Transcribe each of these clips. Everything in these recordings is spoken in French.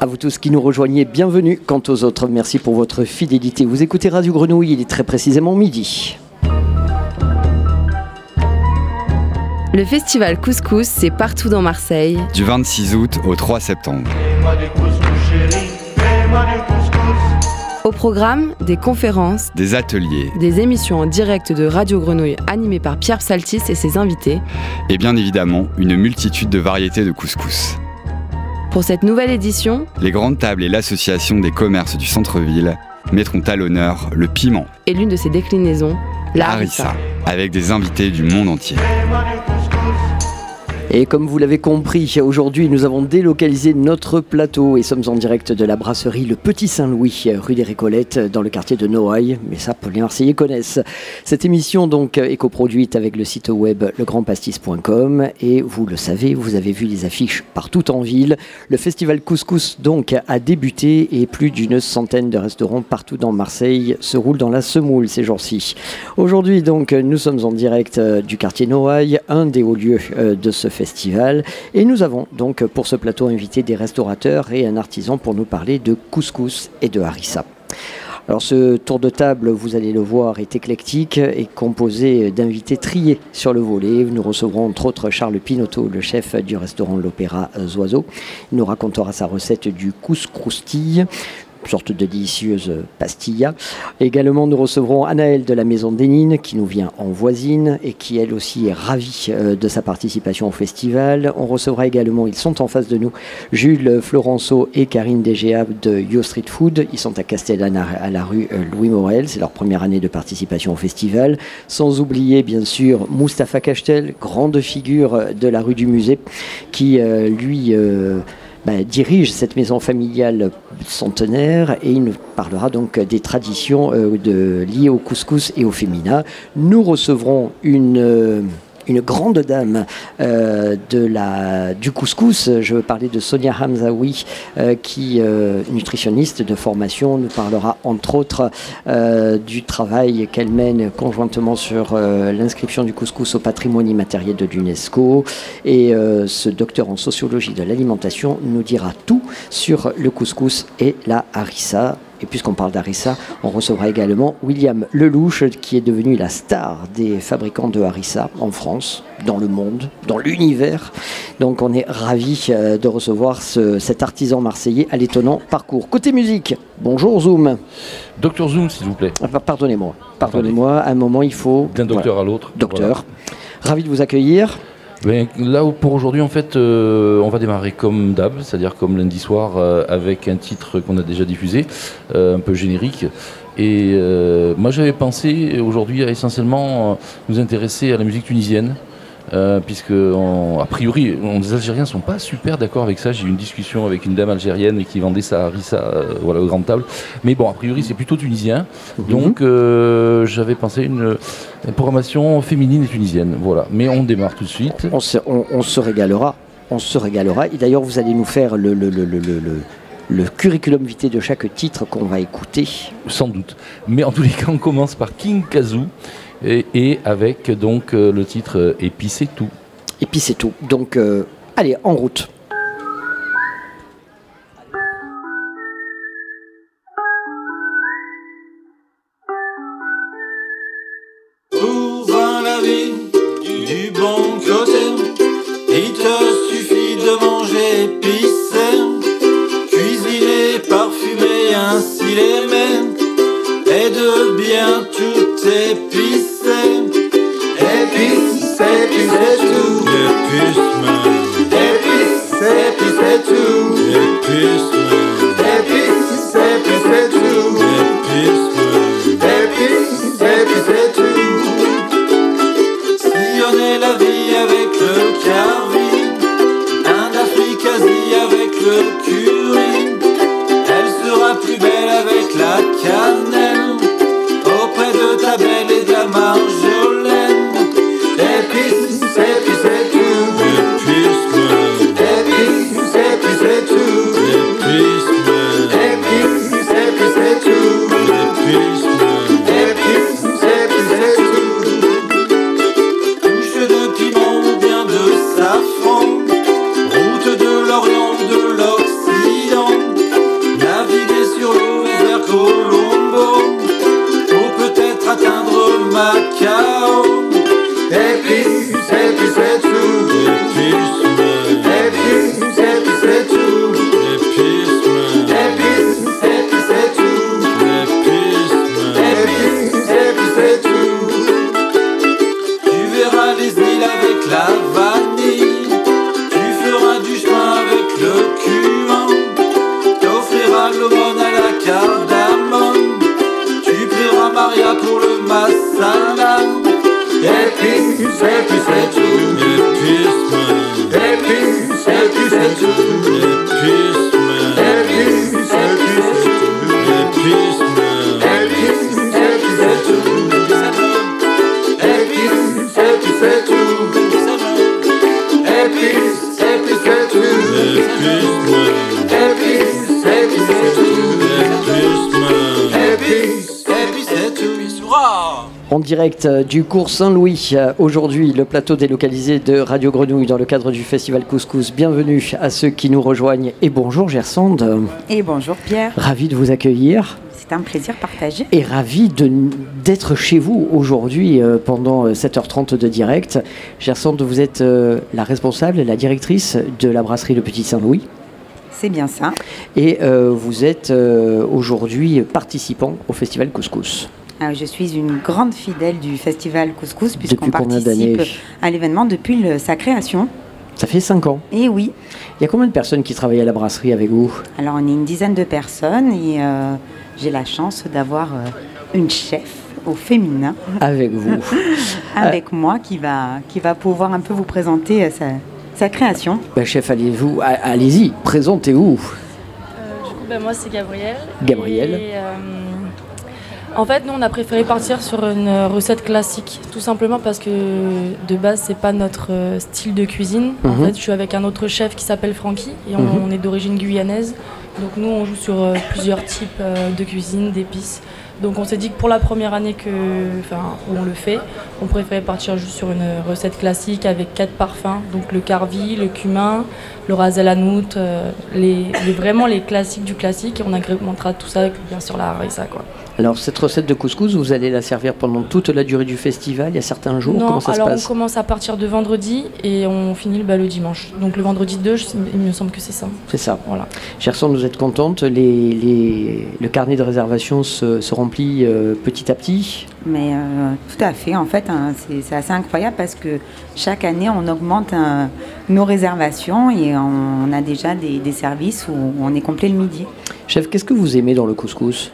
À vous tous qui nous rejoignez, bienvenue. Quant aux autres, merci pour votre fidélité. Vous écoutez Radio Grenouille, il est très précisément midi. Le festival Couscous, c'est partout dans Marseille. Du 26 août au 3 septembre. Au programme, des conférences, des ateliers, des émissions en direct de Radio Grenouille animées par Pierre Psaltis et ses invités. Et bien évidemment, une multitude de variétés de couscous. Pour cette nouvelle édition, les grandes tables et l'association des commerces du centre-ville mettront à l'honneur le piment. Et l'une de ses déclinaisons, la harissa. Avec des invités du monde entier. Et comme vous l'avez compris, aujourd'hui nous avons délocalisé notre plateau et sommes en direct de la brasserie Le Petit Saint-Louis, rue des Récollettes, dans le quartier de Noailles. Mais ça, les Marseillais connaissent. Cette émission donc est coproduite avec le site web legrandpastis.com et vous le savez, vous avez vu les affiches partout en ville. Le festival Couscous donc a débuté et plus d'une centaine de restaurants partout dans Marseille se roulent dans la semoule ces jours-ci. Aujourd'hui donc nous sommes en direct du quartier Noailles, un des hauts lieux de ce festival. Et nous avons donc pour ce plateau invité des restaurateurs et un artisan pour nous parler de couscous et de harissa. Alors ce tour de table, vous allez le voir, est éclectique et composé d'invités triés sur le volet. Nous recevrons entre autres Charles Pinotto, le chef du restaurant L'Opéra Zoiseau. Il nous racontera sa recette du couscroustille, une sorte de délicieuse pastilla. Également, nous recevrons Anaëlle de la Maison d'Hénine, qui nous vient en voisine et qui, elle aussi, est ravie de sa participation au festival. On recevra également, ils sont en face de nous, Jules Florenceau et Karine Degéa de Yo Street Food. Ils sont à Castellane, à la rue Louis Morel. C'est leur première année de participation au festival. Sans oublier, bien sûr, Mustapha Cachtel, grande figure de la rue du Musée, qui, dirige cette maison familiale centenaire et il nous parlera donc des traditions liées au couscous et au féminin. Nous recevrons une grande dame du couscous. Je veux parler de Sonia Hamzaoui, qui nutritionniste de formation, nous parlera entre autres du travail qu'elle mène conjointement sur l'inscription du couscous au patrimoine immatériel de l'UNESCO. Et ce docteur en sociologie de l'alimentation nous dira tout sur le couscous et la harissa. Et puisqu'on parle d'harissa, on recevra également William Lelouch, qui est devenu la star des fabricants de harissa en France, dans le monde, dans l'univers. Donc on est ravis de recevoir cet artisan marseillais à l'étonnant parcours. Côté musique, bonjour Zoom. Docteur Zoom, s'il vous plaît. Pardonnez-moi, à un moment il faut... D'un docteur à l'autre. Docteur, ravi de vous accueillir. Là, pour aujourd'hui, en fait, on va démarrer comme d'hab, c'est-à-dire comme lundi soir, avec un titre qu'on a déjà diffusé, un peu générique. Et moi, j'avais pensé aujourd'hui à essentiellement nous intéresser à la musique tunisienne, puisque, a priori, les Algériens ne sont pas super d'accord avec ça. J'ai eu une discussion avec une dame algérienne qui vendait sa harissa aux grandes tables. Mais bon, a priori, c'est plutôt tunisien. Donc, j'avais pensé une programmation féminine et tunisienne. Voilà. Mais on démarre tout de suite. On se régalera. Et d'ailleurs, vous allez nous faire le curriculum vitae de chaque titre qu'on va écouter. Sans doute. Mais en tous les cas, on commence par King Kazoo. Et avec donc le titre Et puis c'est tout. Et puis c'est tout. Donc allez, en route. Pour voir la vie du bon côté, il te suffit de manger épicé, cuisiner, parfumer, ainsi l'aimer, et de bien tout épicer. Épice, c'est tout. Épice, c'est tout. Épice, c'est tout. Épice, c'est tout. Sillonner la vie avec le carvi, un Africasie avec le curry, elle sera plus belle avec la cannelle, auprès de ta belle et de la marjolaine. Épice, c'est tout. Épice, c'est tout. C'est tout. Touche de piment ou bien de safran, route de l'Orient, de l'Occident. salade. Et puis c'est tout. Et puis c'est tout. En direct du cours Saint-Louis, aujourd'hui le plateau délocalisé de Radio Grenouille dans le cadre du festival Couscous. Bienvenue à ceux qui nous rejoignent et bonjour Gersande. Et bonjour Pierre. Ravi de vous accueillir. C'est un plaisir partagé. Et ravi d'être chez vous aujourd'hui pendant 7h30 de direct. Gersande, vous êtes la responsable, la directrice de la brasserie Le Petit Saint-Louis. C'est bien ça. Et vous êtes aujourd'hui participant au festival Couscous. Je suis une grande fidèle du festival Couscous puisqu'on Depuis combien participe d'années à l'événement depuis sa création. Ça fait 5 ans. Et oui. Il y a combien de personnes qui travaillent à la brasserie avec vous ? Alors on est une dizaine de personnes et j'ai la chance d'avoir une chef au féminin. Avec vous. Avec moi qui va pouvoir un peu vous présenter sa création. Chef, allez-y, présentez-vous. Moi c'est Gabrielle. Gabrielle. Et, en fait, nous, on a préféré partir sur une recette classique, tout simplement parce que de base, c'est pas notre style de cuisine. En fait, je suis avec un autre chef qui s'appelle Francky et on est d'origine guyanaise. Donc nous, on joue sur plusieurs types de cuisine, d'épices. Donc on s'est dit que pour la première année où on le fait, on préférait partir juste sur une recette classique avec 4 parfums. Donc le carvi, le cumin, le ras el hanout, vraiment les classiques du classique. Et on agrémentera tout ça avec bien sûr la harissa, quoi. Alors cette recette de couscous, vous allez la servir pendant toute la durée du festival? Il y a certains jours? Non, comment ça se passe? On commence à partir de vendredi et on finit le dimanche. Donc le vendredi 2, il me semble que c'est ça. C'est ça. Voilà. Gersande, vous êtes contente? Le carnet de réservation se remplit petit à petit? Mais tout à fait. En fait, c'est assez incroyable parce que chaque année, on augmente nos réservations et on a déjà des services où on est complet le midi. Chef, qu'est-ce que vous aimez dans le couscous?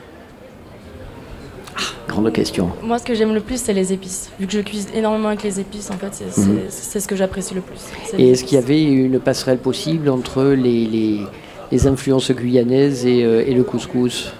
Grande question. Moi, ce que j'aime le plus, c'est les épices. Vu que je cuisine énormément avec les épices, en fait, c'est ce que j'apprécie le plus. Et est-ce qu'il y avait une passerelle possible entre les influences guyanaises et le couscous?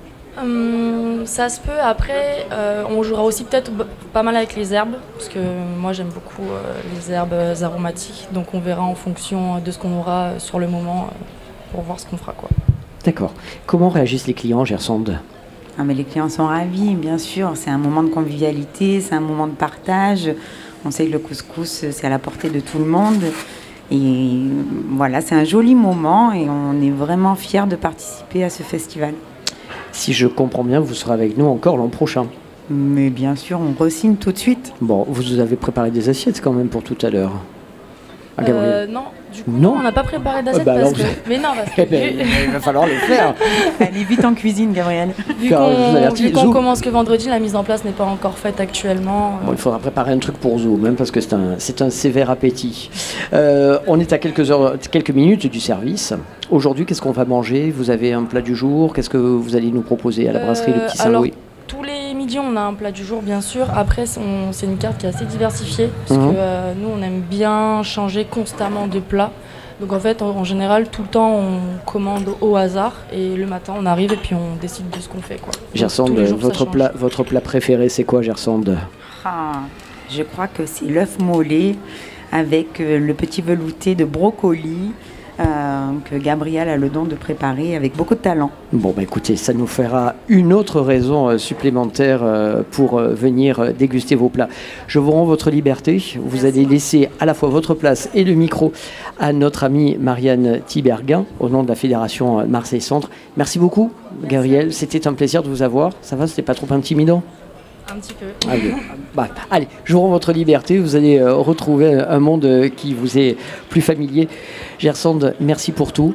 Ça se peut. Après, on jouera aussi peut-être pas mal avec les herbes, parce que moi, j'aime beaucoup les herbes aromatiques. Donc, on verra en fonction de ce qu'on aura sur le moment pour voir ce qu'on fera, quoi. D'accord. Comment réagissent les clients, Gersande? Mais les clients sont ravis, bien sûr. C'est un moment de convivialité, c'est un moment de partage. On sait que le couscous, c'est à la portée de tout le monde. Et voilà, c'est un joli moment et on est vraiment fiers de participer à ce festival. Si je comprends bien, vous serez avec nous encore l'an prochain. Mais bien sûr, on re-signe tout de suite. Bon, vous avez préparé des assiettes quand même pour tout à l'heure. Non, du coup, non, on n'a pas préparé d'assiette parce que... Mais non, parce que... il va falloir le faire. Allez vite en cuisine, Gabrielle. Vu qu'on commence que vendredi, la mise en place n'est pas encore faite actuellement. Bon, il faudra préparer un truc pour Zoom, même parce que c'est un sévère appétit. On est à quelques minutes du service. Aujourd'hui, qu'est-ce qu'on va manger? Vous avez un plat du jour? Qu'est-ce que vous allez nous proposer à la brasserie Le Petit Saint-Louis? Tous les midis, on a un plat du jour, bien sûr. Après, c'est une carte qui est assez diversifiée, parce que nous, on aime bien changer constamment de plats. Donc en fait, en général, tout le temps, on commande au hasard, et le matin, on arrive et puis on décide de ce qu'on fait, quoi. Gersande, votre plat préféré, c'est quoi, Gersande? Je crois que c'est l'œuf mollet avec le petit velouté de brocoli. Que Gabrielle a le don de préparer avec beaucoup de talent. Bon, écoutez, ça nous fera une autre raison supplémentaire pour venir déguster vos plats. Je vous rends votre liberté. Vous allez laisser à la fois votre place et le micro à notre amie Marianne Tiberguin, au nom de la Fédération Marseille Centre. Merci beaucoup, Gabrielle. C'était un plaisir de vous avoir. Ça va, c'était pas trop intimidant? Un petit peu. Allez, je vous rends votre liberté. Vous allez retrouver un monde qui vous est plus familier. Gersande, merci pour tout.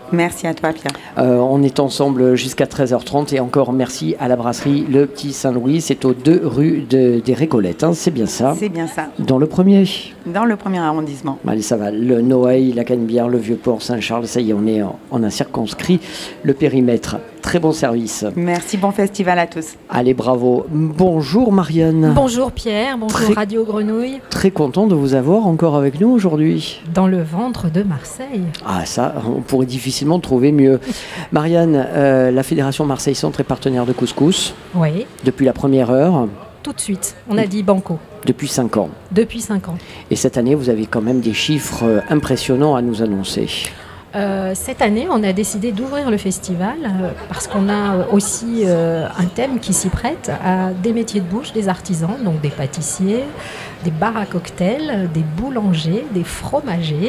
Merci à toi, Pierre. On est ensemble jusqu'à 13h30 et encore merci à la brasserie Le Petit Saint-Louis. C'est aux 2 rue des Récolettes, hein, c'est bien ça? C'est bien ça. Dans le premier? Dans le premier arrondissement. Allez, ça va. Le Noailles, la Canebière, le Vieux-Port, Saint-Charles, ça y est, on a circonscrit le périmètre. Très bon service. Merci, bon festival à tous. Allez, bravo. Bonjour Marianne. Bonjour Pierre, bonjour Radio Grenouille. Très content de vous avoir encore avec nous aujourd'hui. Dans le ventre de Marseille. Ah ça, on pourrait difficilement trouver mieux. Marianne, la Fédération Marseille Centre est partenaire de Couscous. Oui. Depuis la première heure. Tout de suite, on a dit banco. Depuis 5 ans. Depuis 5 ans. Et cette année, vous avez quand même des chiffres impressionnants à nous annoncer. Cette année, on a décidé d'ouvrir le festival parce qu'on a aussi un thème qui s'y prête à des métiers de bouche, des artisans, donc des pâtissiers, des bars à cocktails, des boulangers, des fromagers.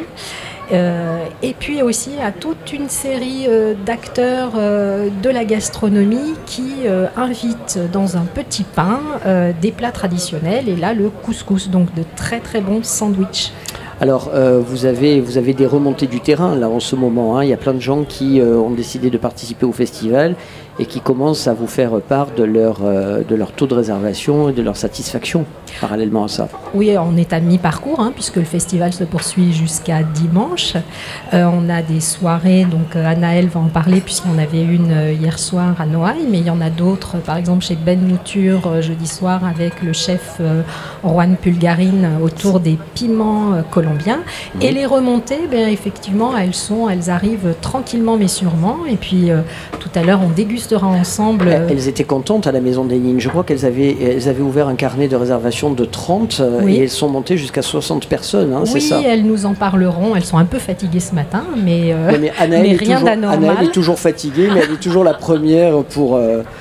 Et puis aussi à toute une série d'acteurs de la gastronomie qui invitent dans un petit pain des plats traditionnels et là le couscous, donc de très très bons sandwichs. Alors, vous avez des remontées du terrain là en ce moment, hein. Il y a plein de gens qui ont décidé de participer au festival et qui commencent à vous faire part de leur taux de réservation et de leur satisfaction parallèlement à ça. Oui, on est à mi-parcours hein, puisque le festival se poursuit jusqu'à dimanche. On a des soirées, donc Anaëlle va en parler puisqu'on avait une hier soir à Noailles, mais il y en a d'autres, par exemple chez Ben Mouture jeudi soir avec le chef Juan Pulgarine autour des piments colombiens. Et les remontées, bien, effectivement, elles arrivent tranquillement mais sûrement. Et puis tout à l'heure, on dégustera ensemble. Elles étaient contentes à la Maison des Nines. Je crois qu'elles avaient ouvert un carnet de réservation de 30 oui. Et elles sont montées jusqu'à 60 personnes, hein, oui, c'est ça? Oui, elles nous en parleront. Elles sont un peu fatiguées ce matin, mais rien d'anormal. Anaëlle est toujours fatiguée, mais elle est toujours la première pour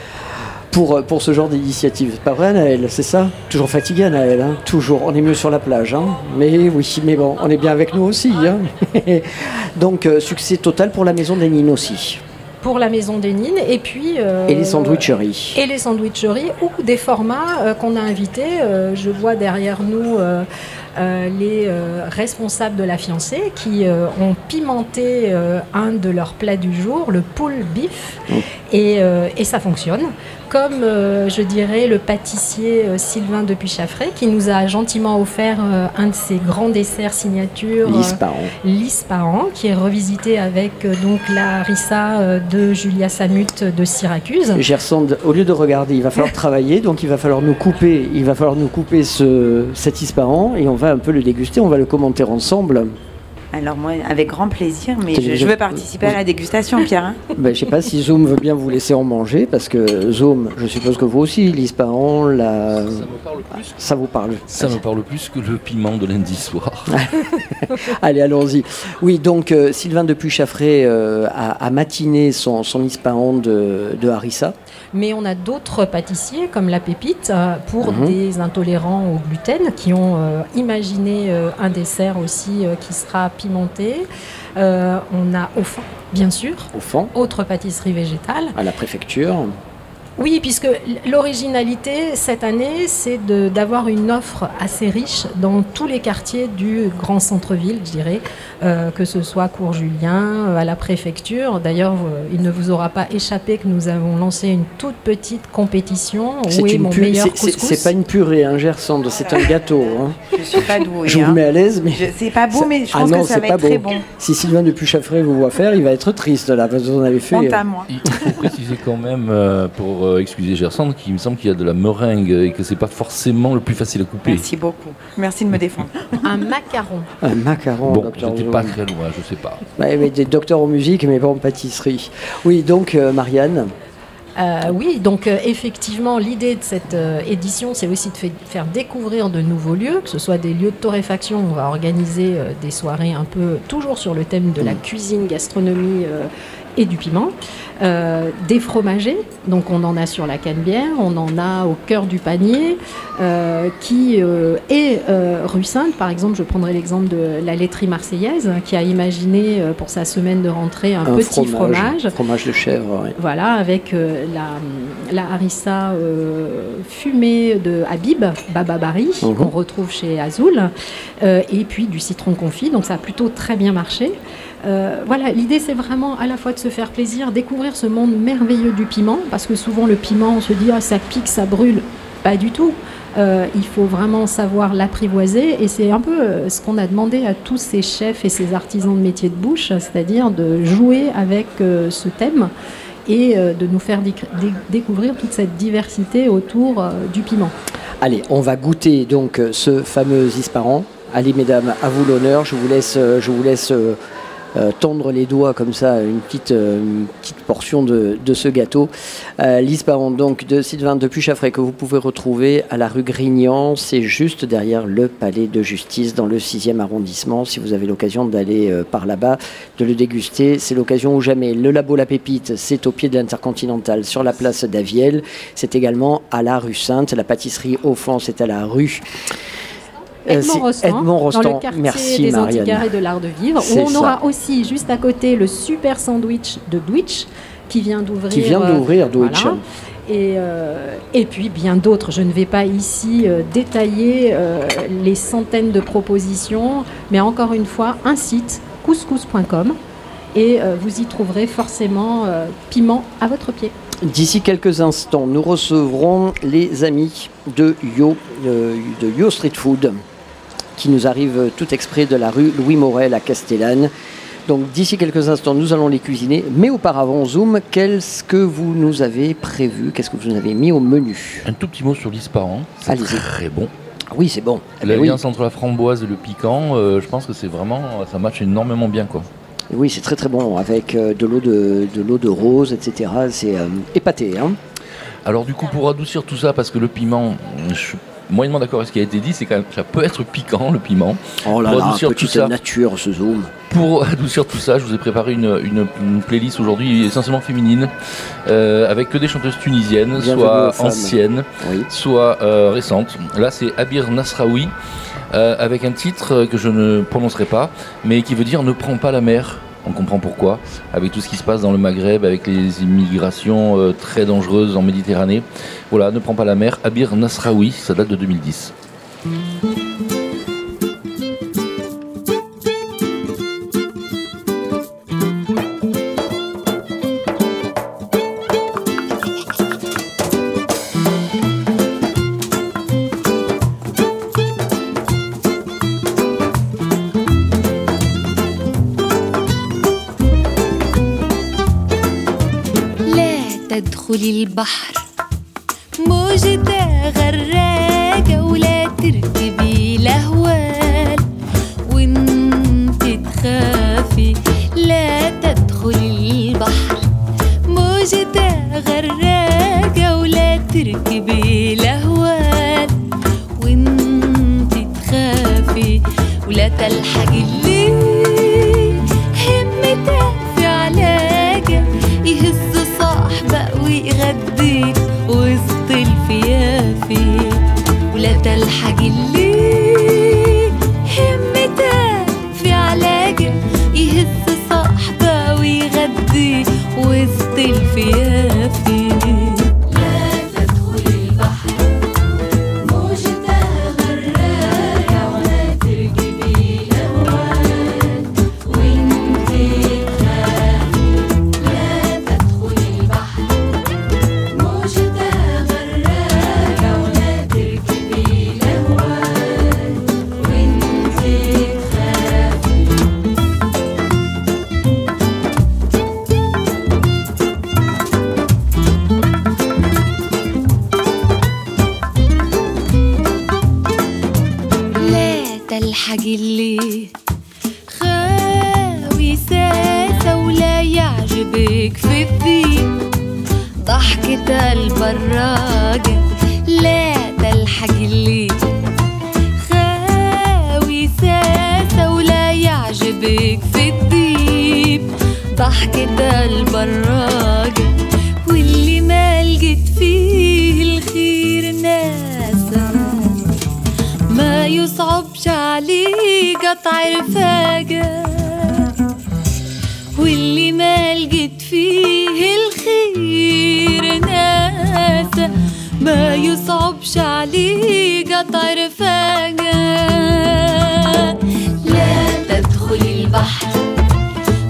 ce genre d'initiative. C'est pas vrai, Anaëlle, c'est ça? Toujours fatiguée, Anaëlle, hein? Toujours. On est mieux sur la plage, hein? Mais oui, mais bon, on est bien avec nous aussi, hein? Donc, succès total pour la Maison des Nines aussi. Pour la Maison des Nines, et puis... et les sandwicheries. Et les sandwicheries, ou des formats qu'on a invités. Je vois derrière nous les responsables de la fiancée qui ont pimenté un de leurs plats du jour, le poule beef, et ça fonctionne. Comme, je dirais, le pâtissier Sylvain de Puy-Chaffray qui nous a gentiment offert un de ses grands desserts signature, l'Ispahan, qui est revisité avec donc la harissa de Julia Samut de Syracuse. Gersande, au lieu de regarder, il va falloir travailler, donc il va falloir nous couper cet Ispahan et on va un peu le déguster, on va le commenter ensemble. Alors moi, avec grand plaisir, mais je veux participer à la dégustation, Pierre. Hein. Je ne sais pas si Zoom veut bien vous laisser en manger, parce que Zoom, je suppose que vous aussi, l'Ispahan, ça vous parle. Ça me parle plus que le piment de lundi soir. Allez, allons-y. Oui, donc Sylvain de Puy-Chaffray a matiné son Ispahan de harissa. Mais on a d'autres pâtissiers, comme La Pépite, pour des intolérants au gluten, qui ont imaginé un dessert aussi qui sera pimenté. On a Aufan, bien sûr. Aufan. Autre pâtisserie végétale. À la préfecture. Oui, puisque l'originalité cette année, c'est d'avoir une offre assez riche dans tous les quartiers du grand centre-ville, je dirais, que ce soit Cours-Julien, à la préfecture. D'ailleurs, il ne vous aura pas échappé que nous avons lancé une toute petite compétition. Où est mon meilleur couscous ? C'est pas une purée, hein, Gersande, c'est un gâteau. Hein. Je suis pas douée. Je vous mets à l'aise, mais c'est pas beau, mais je pense que ça va être très bon. Si Sylvain de Puy-Chaffray vous voit faire, il va être triste là, parce que vous en avez fait. Honte à moi. Il faut préciser quand même pour excuser Gersande, qu'il me semble qu'il y a de la meringue et que c'est pas forcément le plus facile à couper. Merci beaucoup. Merci de me défendre. Un macaron. Un macaron. Bon, j'étais pas très loin, je sais pas. Mais des docteurs en musique, mais pas en pâtisserie. Oui, donc Marianne. Oui, donc effectivement, l'idée de cette édition, c'est aussi de faire découvrir de nouveaux lieux, que ce soit des lieux de torréfaction. On va organiser des soirées un peu toujours sur le thème de la cuisine, gastronomie et du piment. Des fromagers, donc on en a sur la Canebière, on en a au cœur du panier, qui est rue Sainte, par exemple. Je prendrai l'exemple de la laiterie marseillaise, qui a imaginé pour sa semaine de rentrée un petit fromage de chèvre, oui. Voilà, avec la harissa fumée de Habib, Baba Bari, qu'on retrouve chez Azoul, et puis du citron confit, donc ça a plutôt très bien marché. Voilà, l'idée c'est vraiment à la fois de se faire plaisir, découvrir ce monde merveilleux du piment, parce que souvent le piment, on se dit ça pique, ça brûle. Pas du tout. Il faut vraiment savoir l'apprivoiser, et c'est un peu ce qu'on a demandé à tous ces chefs et ces artisans de métier de bouche, c'est-à-dire de jouer avec ce thème et de nous faire découvrir toute cette diversité autour du piment. Allez, on va goûter donc ce fameux Isparan. Allez mesdames, à vous l'honneur, je vous laisse tendre les doigts comme ça, une petite portion de ce gâteau. L'Isparan donc de Sylvain de Puchaffray, que vous pouvez retrouver à la rue Grignan, c'est juste derrière le palais de justice dans le 6e arrondissement. Si vous avez l'occasion d'aller par là-bas, de le déguster, c'est l'occasion ou jamais. Le Labo La Pépite, c'est au pied de l'Intercontinental sur la place d'Avielle. C'est également à la rue Sainte. La pâtisserie Aufan, c'est à la rue Edmond-Rostand, dans le quartier des Antiquaires et de l'Art de Vivre, où on aura aussi juste à côté le super sandwich de Dwitch qui vient d'ouvrir. Dwitch. Voilà. Et puis bien d'autres. Je ne vais pas ici détailler les centaines de propositions, mais encore une fois, un site, couscous.com, et vous y trouverez forcément piment à votre pied. D'ici quelques instants, nous recevrons les amis de Yo Street Food, qui nous arrivent tout exprès de la rue Louis Morel à Castellane. Donc d'ici quelques instants, nous allons les cuisiner. Mais auparavant, Zoom, qu'est-ce que vous nous avez prévu? Qu'est-ce que vous nous avez mis au menu? Un tout petit mot sur l'Isparan, c'est très bon. Oui, c'est bon. L'alliance entre la framboise et le piquant, je pense que c'est vraiment, ça matche énormément bien, quoi. Oui, c'est très très bon, avec de l'eau de rose, etc. C'est épaté. Hein. Alors du coup, pour adoucir tout ça, parce que le piment, je suis moyennement d'accord avec ce qui a été dit, c'est quand même, ça peut être piquant, le piment. Oh là là, petite nature, ce Zoom. Pour adoucir tout ça, je vous ai préparé une playlist aujourd'hui essentiellement féminine, avec que des chanteuses tunisiennes, soit anciennes, soit récentes. Là, c'est Abir Nasraoui, avec un titre que je ne prononcerai pas, mais qui veut dire « Ne prends pas la mer ». On comprend pourquoi, avec tout ce qui se passe dans le Maghreb, avec les immigrations très dangereuses en Méditerranée. Voilà, Ne prends pas la mer, Abir Nasraoui, ça date de 2010. تدخلي البحر موجتها غراقة ولا تركبي لهوال وانت تخافي لا تدخلي البحر موجتها غراقة ولا تركبي لهوال وانت تخافي ولا تلحقي الليل همتها في علاقة يهز صاحبه ويغدي وسط الفيافي ولا تلحقي الليل همتها في علاقة يهز صاحبه ويغدي وسط الفيافي تلحقي اللي خاوي ساسة ولا يعجبك في الذيب ضحكة البراجة لا تلحقي اللي خاوي ساسة ولا يعجبك في الذيب ضحكة البراجة واللي ما لقيت فيه الخير ناسا ما يصعبش عليه قطع رفاقة واللي ما لقيت فيه الخير ناسا ما يصعبش عليه قطع رفاقة لا تدخلي البحر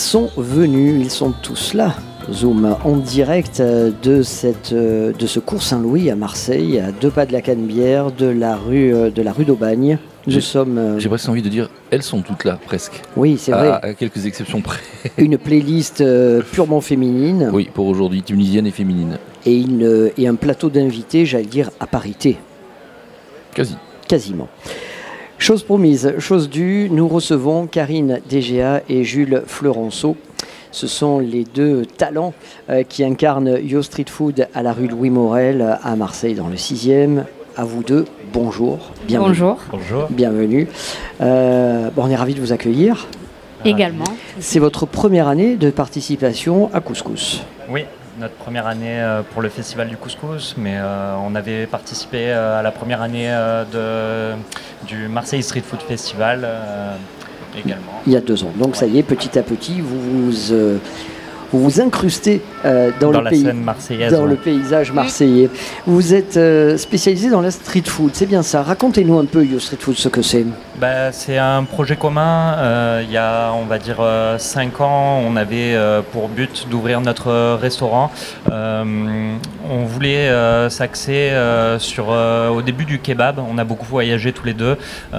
sont venus, ils sont tous là. Zoom en direct de ce cours Saint-Louis à Marseille, à 2 pas de la Canebière, de la rue d'Aubagne. Nous sommes. J'ai presque envie de dire, elles sont toutes là, presque. Oui, c'est vrai. À quelques exceptions près. Une playlist purement féminine. Oui, pour aujourd'hui, tunisienne et féminine. Et un plateau d'invités, j'allais dire, à parité. Quasiment. Chose promise, chose due, nous recevons Karine Dégéa et Jules Fleurenceau. Ce sont les 2 talents qui incarnent Yo Street Food à la rue Louis Morel à Marseille dans le 6e. À vous 2, bonjour. Bienvenue. Bonjour. Bienvenue. On est ravis de vous accueillir. Également. C'est votre première année de participation à Couscous. Oui, notre première année pour le Festival du Couscous, mais on avait participé à la première année du Marseille Street Food Festival également. Il y a 2 ans. Donc ça y est, petit à petit, vous vous incrustez dans le paysage marseillais. Vous êtes spécialisé dans la street food, c'est bien ça. Racontez-nous un peu, Yo Street Food, ce que c'est. C'est un projet commun. Il y a, on va dire, 5 ans, on avait pour but d'ouvrir notre restaurant. On voulait s'axer au début du kebab. On a beaucoup voyagé tous les deux.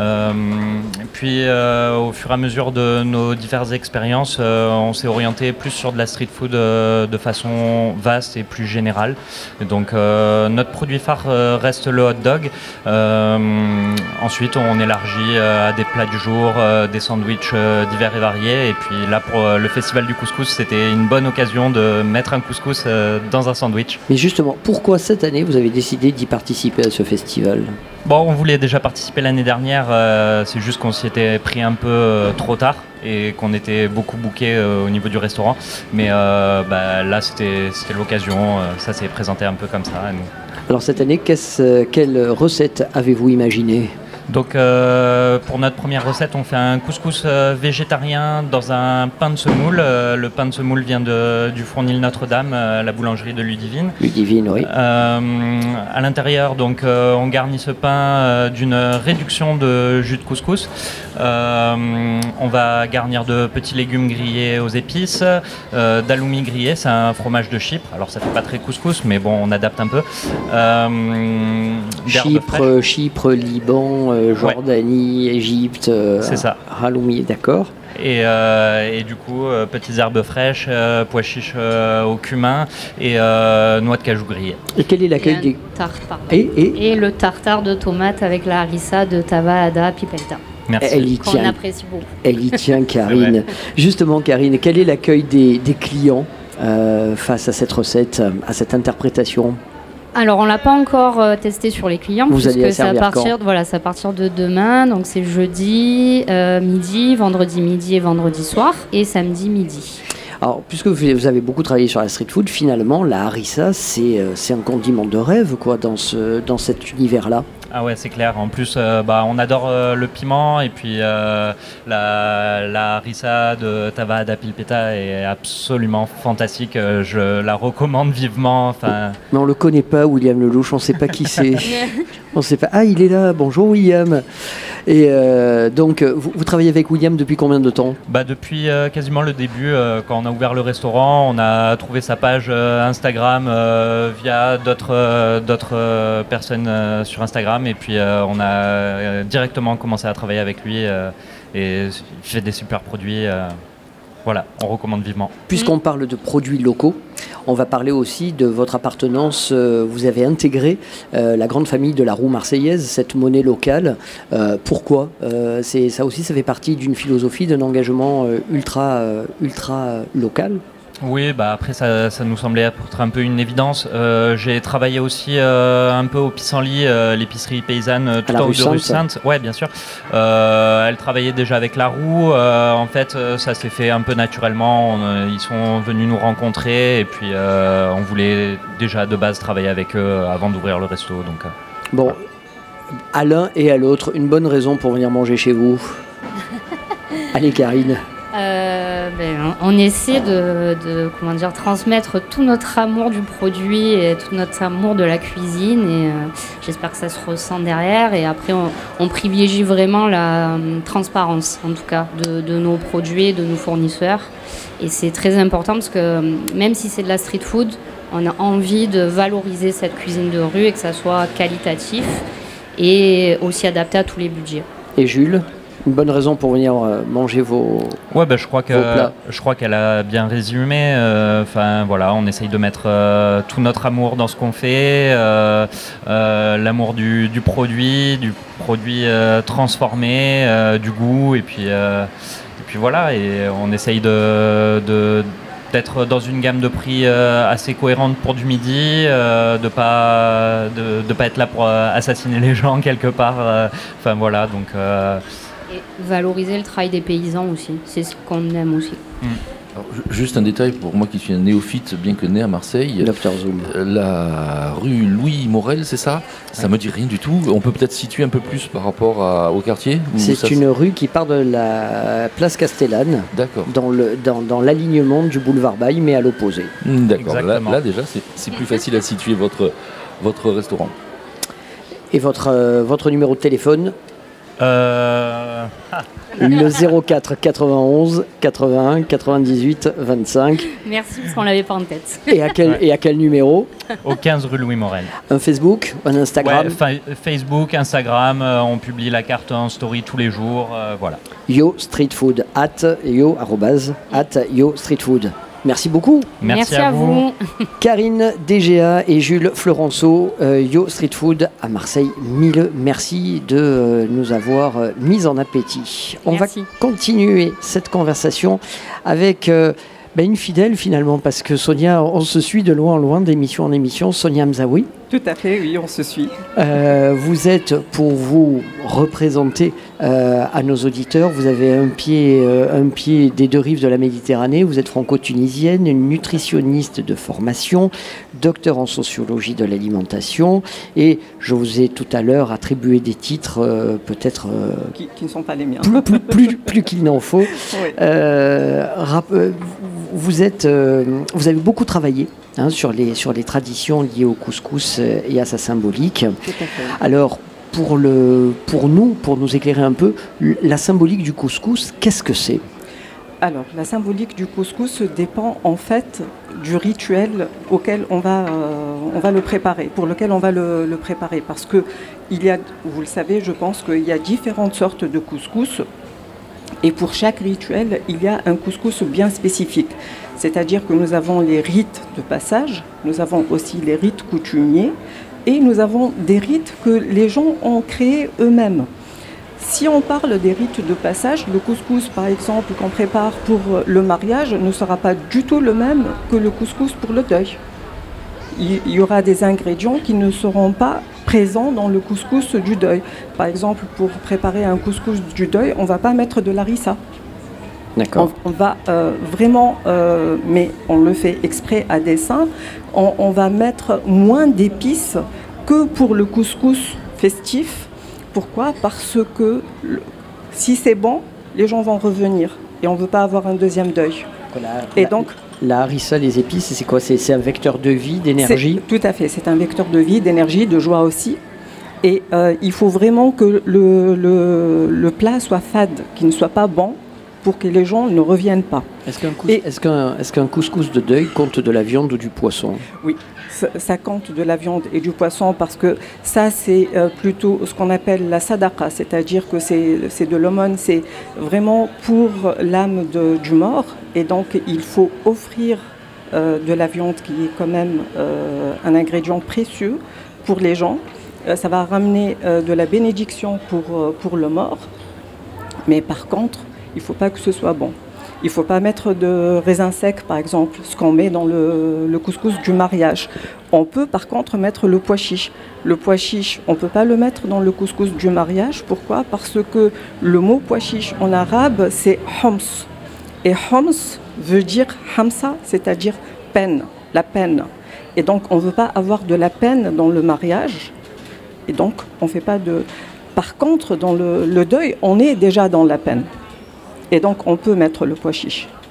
Puis, au fur et à mesure de nos diverses expériences, on s'est orienté plus sur de la street food de façon vaste et plus générale. Et donc, notre produit phare reste le hot dog. Ensuite, on élargit à des plats du jour, des sandwichs divers et variés. Et puis là, pour le Festival du Couscous, c'était une bonne occasion de mettre un couscous dans un sandwich. Mais justement, pourquoi cette année vous avez décidé d'y participer à ce festival ? On voulait déjà participer l'année dernière, c'est juste qu'on s'y était pris un peu trop tard et qu'on était beaucoup booké au niveau du restaurant. Mais là, c'était l'occasion, ça s'est présenté un peu comme ça à nous. Alors cette année, quelle recette avez-vous imaginé ? Donc pour notre première recette, on fait un couscous végétarien dans un pain de semoule. Le pain de semoule vient du Fournil Notre-Dame, la boulangerie de Ludivine. Ludivine, oui. À l'intérieur, donc, on garnit ce pain d'une réduction de jus de couscous. On va garnir de petits légumes grillés aux épices, d'aloumi grillé, c'est un fromage de Chypre. Alors ça fait pas très couscous, mais bon, on adapte un peu. Chypre, Liban, Jordanie, Égypte, c'est ça. Halloumi, d'accord. Et du coup, petites herbes fraîches, pois chiches au cumin et noix de cajou grillées. Et quel est l'accueil des tartare et le tartare de tomates avec la harissa de Tavahada Pipelta. Merci. Qu'on apprécie beaucoup. Elle y tient, Karine. Justement, Karine, quel est l'accueil des clients face à cette recette, à cette interprétation ? Alors, on l'a pas encore testé sur les clients, puisque c'est à partir de demain. Donc, c'est jeudi midi, vendredi midi et vendredi soir, et samedi midi. Alors, puisque vous avez beaucoup travaillé sur la street food, finalement, la harissa, c'est un condiment de rêve, quoi, dans cet univers-là. Ah ouais, c'est clair. En plus, on adore le piment et puis la harissa de Tavahada Pipelta est absolument fantastique. Je la recommande vivement. Mais on le connaît pas, William Lelouch. On sait pas qui c'est. On sait pas. Ah, il est là. Bonjour, William. Et donc, vous travaillez avec William depuis combien de temps ? Depuis quasiment le début. Quand on a ouvert le restaurant, on a trouvé sa page Instagram via d'autres personnes sur Instagram. Et puis on a directement commencé à travailler avec lui et il fait des super produits. Voilà, on recommande vivement. Puisqu'on parle de produits locaux, on va parler aussi de votre appartenance. Vous avez intégré la grande famille de la roue marseillaise, cette monnaie locale. Pourquoi ? Ça aussi, ça fait partie d'une philosophie, d'un engagement ultra local. Oui, après ça nous semblait être un peu une évidence. J'ai travaillé aussi un peu au Pissenlit, l'épicerie paysanne tout en haut de rue Sainte. Ouais, bien sûr. Elle travaillait déjà avec la roue. En fait, ça s'est fait un peu naturellement. Ils sont venus nous rencontrer et puis on voulait déjà de base travailler avec eux avant d'ouvrir le resto. Donc, bon, à l'un et à l'autre, une bonne raison pour venir manger chez vous. Allez, Karine. on essaie de transmettre tout notre amour du produit et tout notre amour de la cuisine et j'espère que ça se ressent derrière et après on privilégie vraiment la transparence en tout cas de nos produits, de nos fournisseurs et c'est très important parce que même si c'est de la street food, on a envie de valoriser cette cuisine de rue et que ça soit qualitatif et aussi adapté à tous les budgets. Et Jules, une bonne raison pour venir manger vos je crois qu'elle a bien résumé. On essaye de mettre tout notre amour dans ce qu'on fait, l'amour du produit transformé, du goût, et puis voilà. Et on essaye d'être dans une gamme de prix assez cohérente pour du midi, de pas être là pour assassiner les gens quelque part. Et valoriser le travail des paysans aussi, c'est ce qu'on aime aussi. Alors, juste un détail pour moi qui suis un néophyte, bien que né à Marseille. Dr Zoom. La rue Louis Morel, c'est ça ? Ça me dit rien du tout. On peut peut-être situer un peu plus par rapport au quartier ? C'est une rue qui part de la place Castellane, dans l'alignement du boulevard Baille, mais à l'opposé. D'accord, là déjà c'est plus facile à situer votre restaurant. Et votre numéro de téléphone ? Le 04 91 81 98 25. Merci parce qu'on l'avait pas en tête. Et à quel numéro ? Au 15 rue Louis Morel. Un Facebook, un Instagram ? Facebook, Instagram, on publie la carte en story tous les jours, voilà. Yo Street Food, @yo Street Food. Merci beaucoup. Merci à vous. Karine DGA et Jules Florenceau, Yo Street Food à Marseille. Mille merci de nous avoir mis en appétit. On va continuer cette conversation avec une fidèle finalement, parce que Sonia, on se suit de loin en loin, d'émission en émission. Sonia Mzaoui. Tout à fait, oui, on se suit. Vous êtes, pour vous représenter à nos auditeurs, vous avez un pied des deux rives de la Méditerranée, vous êtes franco-tunisienne, une nutritionniste de formation, docteur en sociologie de l'alimentation, et je vous ai tout à l'heure attribué des titres peut-être... qui ne sont pas les miens. plus qu'il n'en faut. Oui. Vous avez beaucoup travaillé sur les traditions liées au couscous et à sa symbolique. Tout à fait. Alors, pour nous éclairer un peu, la symbolique du couscous, qu'est-ce que c'est ? Alors, la symbolique du couscous dépend en fait du rituel auquel on va le préparer, pour lequel on va le préparer. Parce que vous le savez, je pense qu'il y a différentes sortes de couscous. Et pour chaque rituel, il y a un couscous bien spécifique. C'est-à-dire que nous avons les rites de passage, nous avons aussi les rites coutumiers, et nous avons des rites que les gens ont créés eux-mêmes. Si on parle des rites de passage, le couscous, par exemple, qu'on prépare pour le mariage, ne sera pas du tout le même que le couscous pour le deuil. Il y aura des ingrédients qui ne seront pas présents dans le couscous du deuil. Par exemple, pour préparer un couscous du deuil, on ne va pas mettre de l'harissa. D'accord. On va vraiment, mais on le fait exprès à dessein, on va mettre moins d'épices que pour le couscous festif. Pourquoi ? Parce que si c'est bon, les gens vont revenir et on ne veut pas avoir un deuxième deuil. Et donc, la harissa, les épices, c'est quoi ? C'est un vecteur de vie, d'énergie ? Tout à fait, c'est un vecteur de vie, d'énergie, de joie aussi. Et il faut vraiment que le plat soit fade, qu'il ne soit pas bon, pour que les gens ne reviennent pas. Est-ce qu'un couscous de deuil compte de la viande ou du poisson ? Oui, ça compte de la viande et du poisson parce que ça, c'est plutôt ce qu'on appelle la sadaqa, c'est-à-dire que c'est de l'aumône, c'est vraiment pour l'âme du mort. Et donc, il faut offrir de la viande qui est quand même un ingrédient précieux pour les gens. Ça va ramener de la bénédiction pour le mort. Mais par contre, il ne faut pas que ce soit bon. Il ne faut pas mettre de raisins secs, par exemple, ce qu'on met dans le couscous du mariage. On peut par contre mettre le pois chiche. Le pois chiche, on ne peut pas le mettre dans le couscous du mariage. Pourquoi ? Parce que le mot pois chiche en arabe, c'est homs. Et homs veut dire hamsa, c'est-à-dire peine, la peine. Et donc, on ne veut pas avoir de la peine dans le mariage. Et donc, on ne fait pas de... Par contre, dans le deuil, on est déjà dans la peine. Et donc, on peut mettre le pois chiche.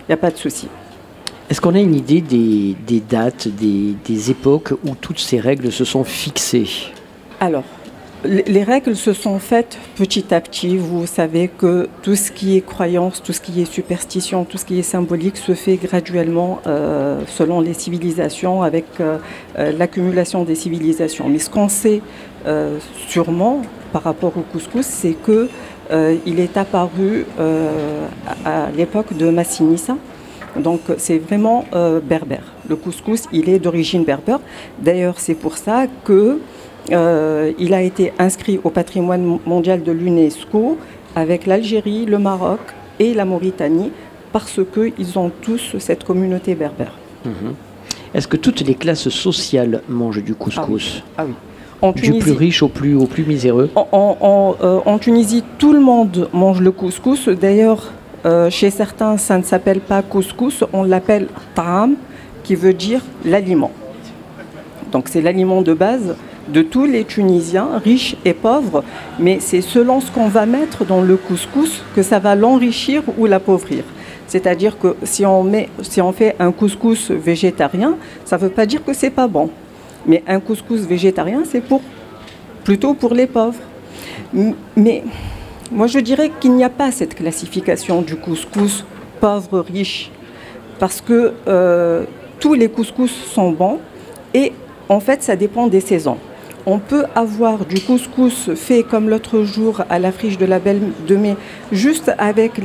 Il n'y a pas de souci. Est-ce qu'on a une idée des dates, des époques où toutes ces règles se sont fixées? Alors, les règles se sont faites petit à petit. Vous savez que tout ce qui est croyance, tout ce qui est superstition, tout ce qui est symbolique se fait graduellement selon les civilisations, avec l'accumulation des civilisations. Mais ce qu'on sait sûrement par rapport au couscous, c'est que il est apparu à l'époque de Massinissa. Donc c'est vraiment berbère. Le couscous, il est d'origine berbère. D'ailleurs, c'est pour ça que il a été inscrit au patrimoine mondial de l'UNESCO avec l'Algérie, le Maroc et la Mauritanie, parce qu'ils ont tous cette communauté berbère. Est-ce que toutes les classes sociales mangent du couscous? Ah oui. En du Tunisie, plus riche au plus miséreux? En Tunisie, tout le monde mange le couscous. D'ailleurs, chez certains, ça ne s'appelle pas couscous, on l'appelle ta'am, qui veut dire l'aliment. Donc c'est l'aliment de base de tous les Tunisiens, riches et pauvres, mais c'est selon ce qu'on va mettre dans le couscous que ça va l'enrichir ou l'appauvrir. C'est-à-dire que si on fait un couscous végétarien, ça ne veut pas dire que c'est pas bon. Mais un couscous végétarien, c'est plutôt pour les pauvres. Mais moi, je dirais qu'il n'y a pas cette classification du couscous pauvre-riche, parce que tous les couscous sont bons et en fait, ça dépend des saisons. On peut avoir du couscous fait comme l'autre jour à la friche de la Belle de Mai, juste avec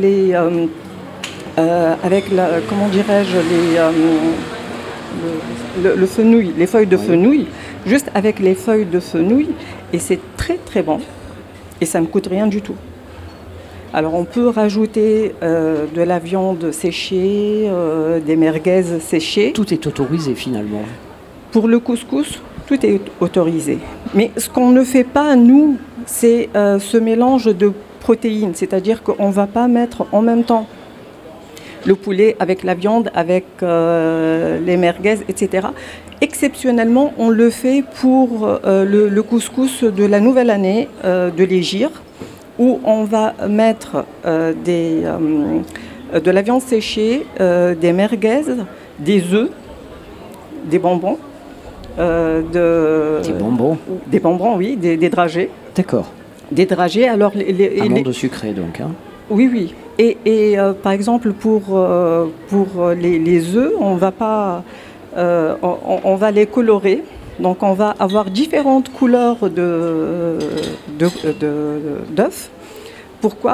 comment dirais-je, le fenouil, les feuilles de fenouil, juste avec les feuilles de fenouil, et c'est très très bon, et ça ne coûte rien du tout. Alors on peut rajouter de la viande séchée, des merguez séchées. Tout est autorisé finalement. Pour le couscous, tout est autorisé. Mais ce qu'on ne fait pas, nous, c'est ce mélange de protéines. C'est-à-dire qu'on ne va pas mettre en même temps le poulet avec la viande, avec les merguez, etc. Exceptionnellement, on le fait pour le couscous de la nouvelle année de l'Hégire, où on va mettre de la viande séchée, des merguez, des œufs, des bonbons. Des bonbons, oui, des dragées. D'accord. Des dragées, alors... Amandes sucrées, donc. Hein. Oui, oui. Et par exemple, pour les œufs, on va les colorer. Donc, on va avoir différentes couleurs d'œufs. Pourquoi ?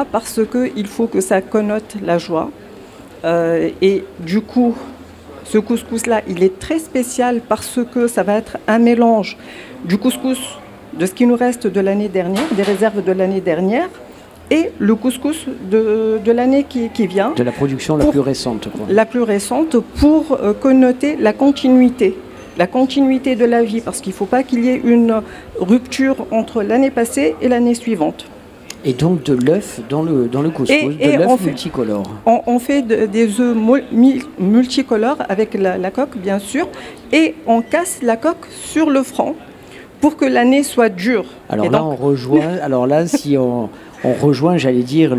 Parce qu'il faut que ça connote la joie. Et du coup... Ce couscous-là, il est très spécial parce que ça va être un mélange du couscous, de ce qui nous reste de l'année dernière, des réserves de l'année dernière, et le couscous de l'année qui vient. De la production la plus récente. Quoi. La plus récente pour connoter la continuité de la vie, parce qu'il ne faut pas qu'il y ait une rupture entre l'année passée et l'année suivante. Et donc de l'œuf dans le couscous, de l'œuf multicolore. On fait des œufs multicolores avec la coque, bien sûr, et on casse la coque sur le front pour que l'année soit dure. Alors et là, on rejoint. Alors là, si on rejoint, j'allais dire,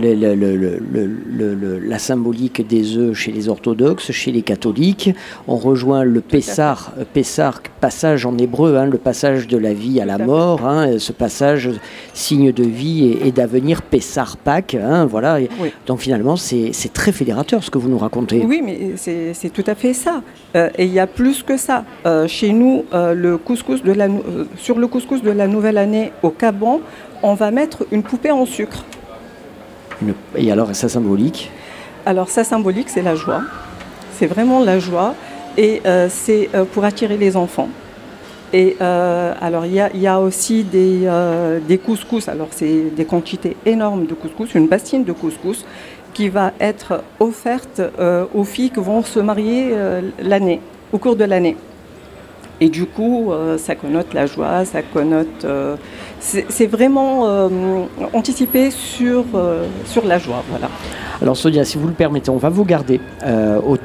la symbolique des œufs chez les orthodoxes, chez les catholiques. On rejoint le Pessar, passage en hébreu, hein, le passage de la vie à la mort, hein, ce passage signe de vie et d'avenir, Pessar Pâques. Hein, voilà. Oui. Donc finalement, c'est très fédérateur ce que vous nous racontez. Oui, mais c'est tout à fait ça. Et il y a plus que ça. Chez nous, sur le couscous de la nouvelle année au Caban, on va mettre une poupée en sucre. Et alors, sa symbolique ? Alors, sa symbolique, c'est la joie. C'est vraiment la joie. Et c'est pour attirer les enfants. Et alors, il y a aussi des couscous. Alors, c'est des quantités énormes de couscous, une bassine de couscous qui va être offerte aux filles qui vont se marier au cours de l'année. Et du coup, ça connote la joie, ça connote... c'est vraiment anticipé sur la joie. Voilà. Alors Sonia, si vous le permettez, on va vous garder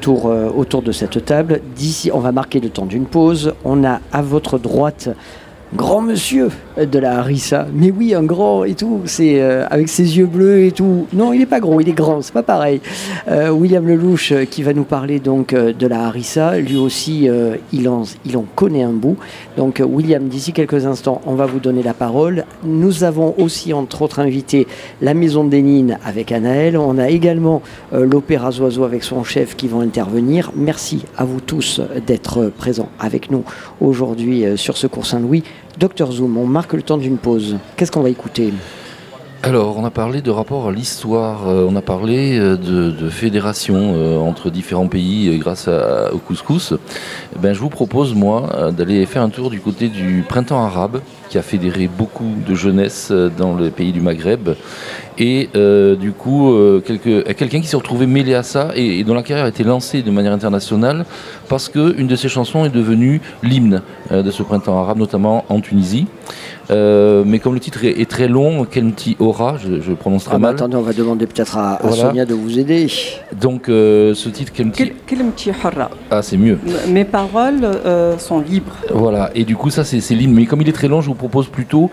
autour de cette table. D'ici, on va marquer le temps d'une pause. On a à votre droite grand monsieur de la harissa. Mais oui, un grand et tout, c'est avec ses yeux bleus et tout. Non, il n'est pas gros, il est grand, c'est pas pareil. William Lelouch qui va nous parler donc de la harissa. Lui aussi, il en connaît un bout. Donc William, d'ici quelques instants, on va vous donner la parole. Nous avons aussi, entre autres invités, la Maison des Nines avec Anaël. On a également l'Opéra Zoiseau avec son chef qui vont intervenir. Merci à vous tous d'être présents avec nous aujourd'hui sur ce cours Saint-Louis. Docteur Zoom, on marque le temps d'une pause. Qu'est-ce qu'on va écouter ? Alors, on a parlé de rapport à l'histoire, on a parlé de fédération entre différents pays grâce au couscous. Je vous propose, moi, d'aller faire un tour du côté du printemps arabe, qui a fédéré beaucoup de jeunesse dans les pays du Maghreb. Et du coup, quelqu'un qui s'est retrouvé mêlé à ça et dont la carrière a été lancée de manière internationale parce qu'une de ses chansons est devenue l'hymne de ce printemps arabe, notamment en Tunisie. Mais comme le titre est très long, Kelmti Ora, je prononce très mal. Attendez, on va demander peut-être à Sonia de vous aider. Donc ce titre Kelmti Harra. Ah, c'est mieux. Mes paroles sont libres. Voilà, et du coup ça c'est l'hymne. Mais comme il est très long, je vous propose plutôt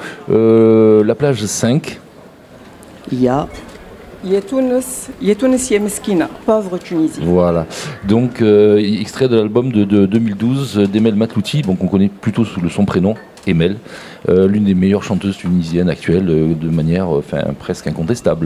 la plage 5. Il y a Tunis, Meskina, pauvre Tunisie. Voilà. Donc, extrait de l'album de 2012 d'Emel Matlouti, bon, qu'on connaît plutôt sous son prénom, Emel, l'une des meilleures chanteuses tunisiennes actuelles, de manière presque incontestable.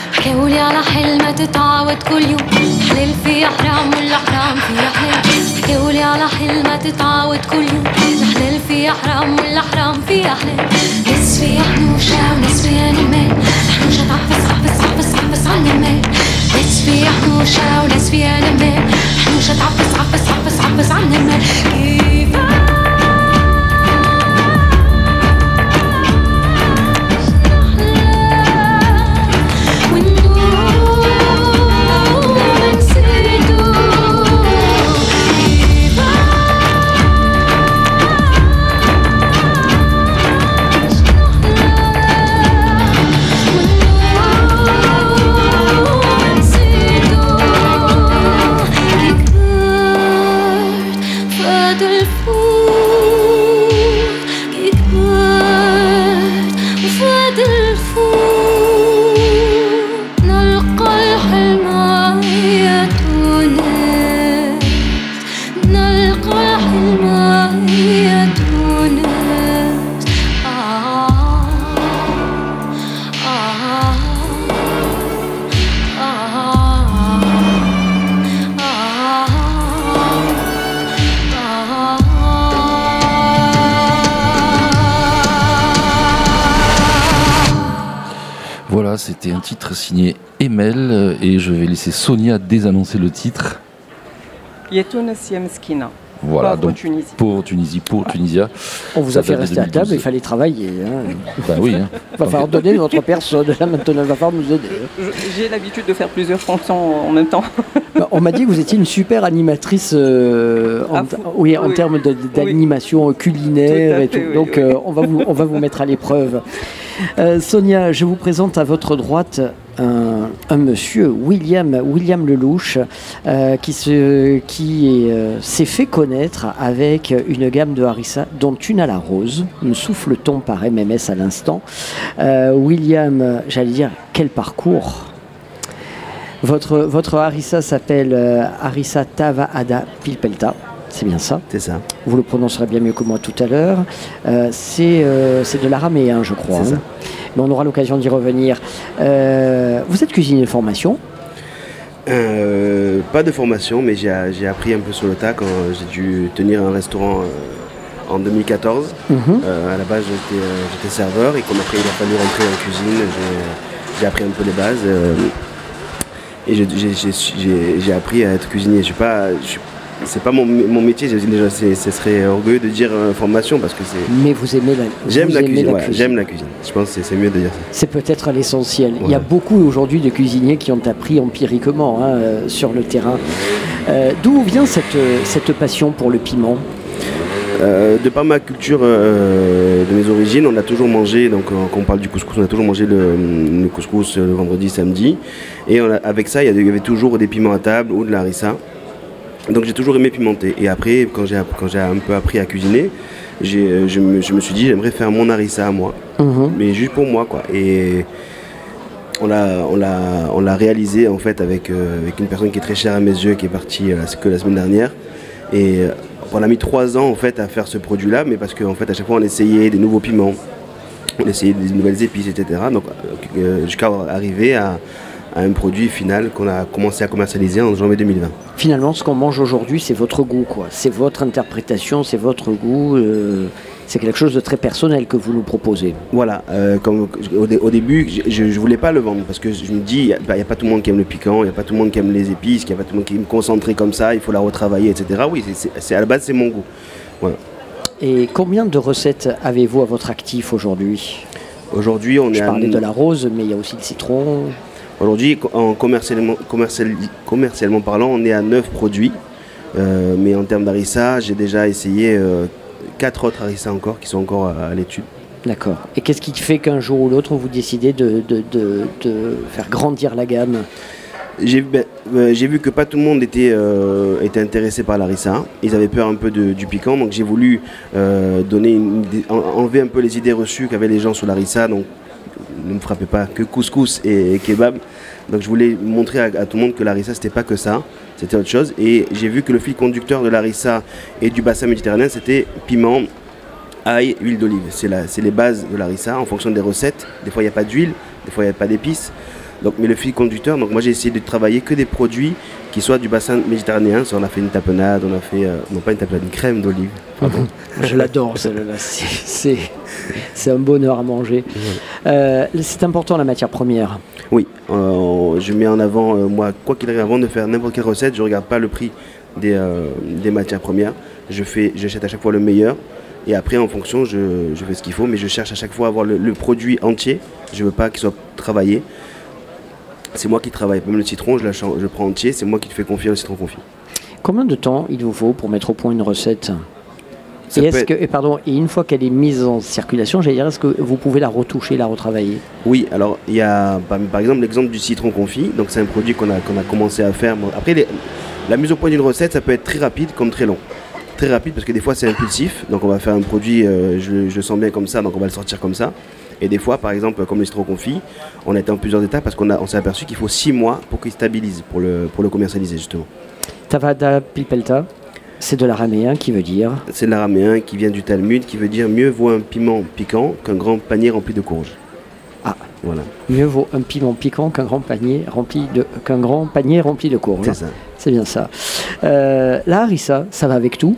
حكولي على حلمة تتعاود كل يوم حلال فيها حرام ولا حرام فيها حلال قولي على حلمة تتعاود كل يوم الحلال فيها حرام ولا حرام فيها حلال ناس فيها حنوشة وناس فيها نمال حنوشة تعفس عالنمال ناس فيها حنوشة وناس فيها نمال حنوشة تعفس عالنمال Voilà, c'était un titre signé Emel et je vais laisser Sonia désannoncer le titre. Yetoun Siemskina. Voilà, pauvre donc Tunisie. Pauvre Tunisie, pour Tunisia. On vous a fait rester à table, il fallait travailler. Hein. Bah oui. Hein. Il va falloir donner votre personne, là maintenant, il va falloir nous aider. J'ai l'habitude de faire plusieurs fonctions en même temps. On m'a dit que vous étiez une super animatrice en termes d'animation culinaire et tout. Donc on va vous mettre à l'épreuve. Sonia, je vous présente à votre droite un monsieur, William Lelouch, qui s'est fait connaître avec une gamme de harissa dont une à la rose. Nous souffle-t-on par MMS à l'instant. William, j'allais dire, quel parcours! Votre harissa s'appelle harissa Tava Ada Pilpelta. C'est bien ça. C'est ça. Vous le prononcerez bien mieux que moi tout à l'heure. C'est de l'araméen, je crois. C'est ça. Mais on aura l'occasion d'y revenir. Vous êtes cuisinier de formation ? Pas de formation, mais j'ai appris un peu sur le tas quand j'ai dû tenir un restaurant en 2014. À la base, j'étais serveur et quand après il a fallu rentrer en cuisine, j'ai appris un peu les bases. Et j'ai appris à être cuisinier. C'est pas mon métier, ce serait orgueilleux de dire formation parce que c'est... Mais vous aimez la cuisine. cuisine. J'aime la cuisine. Je pense que c'est mieux de dire ça. C'est peut-être l'essentiel. Ouais. Il y a beaucoup aujourd'hui de cuisiniers qui ont appris empiriquement sur le terrain. D'où vient cette passion pour le piment ? De par ma culture de mes origines, on a toujours mangé, donc quand on parle du couscous, on a toujours mangé le couscous le vendredi, samedi. Et avec ça, il y avait toujours des piments à table ou de la harissa. Donc j'ai toujours aimé pimenter. Et après, quand j'ai un peu appris à cuisiner, je me suis dit j'aimerais faire mon harissa à moi, mais juste pour moi quoi. Et on l'a réalisé en fait avec une personne qui est très chère à mes yeux, qui est partie que la semaine dernière. Et on a mis 3 ans en fait à faire ce produit-là, mais parce qu'en fait à chaque fois on essayait des nouveaux piments, on essayait des nouvelles épices, etc. Donc jusqu'à arriver à un produit final qu'on a commencé à commercialiser en janvier 2020. Finalement, ce qu'on mange aujourd'hui, c'est votre goût, quoi. C'est votre interprétation, c'est votre goût. C'est quelque chose de très personnel que vous nous proposez. Voilà. Comme au début, je ne voulais pas le vendre parce que je me dis, il n'y a pas tout le monde qui aime le piquant, il n'y a pas tout le monde qui aime les épices, il n'y a pas tout le monde qui aime concentrer comme ça, il faut la retravailler, etc. Oui, à la base, c'est mon goût. Voilà. Et combien de recettes avez-vous à votre actif aujourd'hui ? Aujourd'hui, Je parlais de la rose, mais il y a aussi le citron. Aujourd'hui, commercialement parlant, on est à 9 produits. Mais en termes d'harissa, j'ai déjà essayé 4 autres harissa encore qui sont encore à l'étude. D'accord. Et qu'est-ce qui fait qu'un jour ou l'autre, vous décidez de faire grandir la gamme ? J'ai vu que pas tout le monde était intéressé par l'harissa. Ils avaient peur un peu du piquant, donc j'ai voulu enlever un peu les idées reçues qu'avaient les gens sur l'harissa. Donc ne me frappez pas que couscous et kebab. Donc je voulais montrer à tout le monde que l'harissa c'était pas que ça, c'était autre chose. Et j'ai vu que le fil conducteur de l'harissa et du bassin méditerranéen c'était piment, ail, huile d'olive. C'est les bases de l'harissa en fonction des recettes. Des fois il n'y a pas d'huile, des fois il n'y a pas d'épices. Donc, mais le fil conducteur, donc moi j'ai essayé de travailler que des produits qui soit du bassin méditerranéen. On a fait une tapenade, on a fait, non pas une tapenade, une crème d'olive. Je l'adore celle-là, c'est un bonheur à manger. C'est important la matière première. Oui, je mets en avant, moi, quoi qu'il arrive, avant de faire n'importe quelle recette, je ne regarde pas le prix des matières premières. J'achète à chaque fois le meilleur. Et après, en fonction, je fais ce qu'il faut, mais je cherche à chaque fois à avoir le produit entier. Je ne veux pas qu'il soit travaillé. C'est moi qui travaille. Même le citron, je le prends entier. C'est moi qui te fais confier au citron confit. Combien de temps il vous faut pour mettre au point une recette ? Et une fois qu'elle est mise en circulation, j'allais dire, est-ce que vous pouvez la retoucher, la retravailler ? Oui, alors il y a par exemple l'exemple du citron confit. Donc c'est un produit qu'on a commencé à faire. Après, la mise au point d'une recette, ça peut être très rapide comme très long. Très rapide parce que des fois c'est impulsif, donc on va faire un produit, je le sens bien comme ça, donc on va le sortir comme ça. Et des fois, par exemple, comme le citron confit, on a été en plusieurs étapes parce on s'est aperçu qu'il faut 6 mois pour qu'il stabilise, pour le commercialiser justement. Tavada Pilpelta, c'est de l'araméen qui veut dire ? C'est de l'araméen qui vient du Talmud, qui veut dire mieux vaut un piment piquant qu'un grand panier rempli de courges. Ah, voilà. Mieux vaut un piment piquant qu'un grand panier rempli de courges. C'est ça. C'est bien ça. La harissa, ça va avec tout ?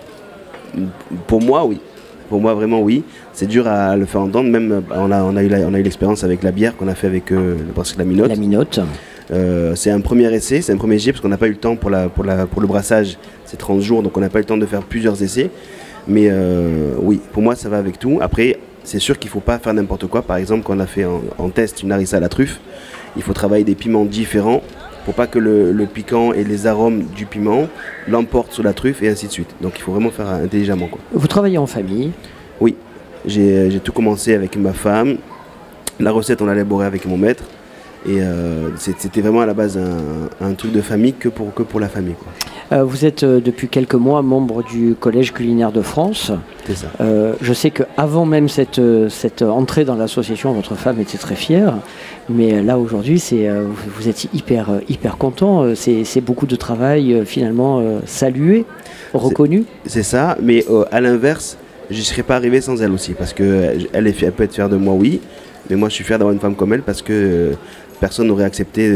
Pour moi, oui. Pour moi, vraiment, oui. C'est dur à le faire entendre. Même, on a eu l'expérience avec la bière qu'on a fait avec la Minote. La Minote. C'est un premier essai, c'est un premier jet parce qu'on n'a pas eu le temps pour le brassage. C'est 30 jours, donc on n'a pas eu le temps de faire plusieurs essais. Mais oui, pour moi, ça va avec tout. Après, c'est sûr qu'il ne faut pas faire n'importe quoi. Par exemple, quand on a fait en test une harissa à la truffe, il faut travailler des piments différents pour pas que le piquant et les arômes du piment l'emportent sur la truffe et ainsi de suite. Donc il faut vraiment faire intelligemment, quoi. Vous travaillez en famille ? Oui, j'ai tout commencé avec ma femme. La recette, on l'a élaborée avec mon maître. Et c'était vraiment à la base un truc de famille que pour la famille, quoi. Vous êtes depuis quelques mois membre du Collège culinaire de France. C'est ça. Je sais qu'avant même cette entrée dans l'association, votre femme était très fière. Mais là aujourd'hui, vous êtes hyper content. C'est beaucoup de travail finalement salué, reconnu. C'est ça, mais à l'inverse, je ne serais pas arrivé sans elle aussi. Parce qu'elle peut être fière de moi, oui. Mais moi, je suis fier d'avoir une femme comme elle parce que personne n'aurait accepté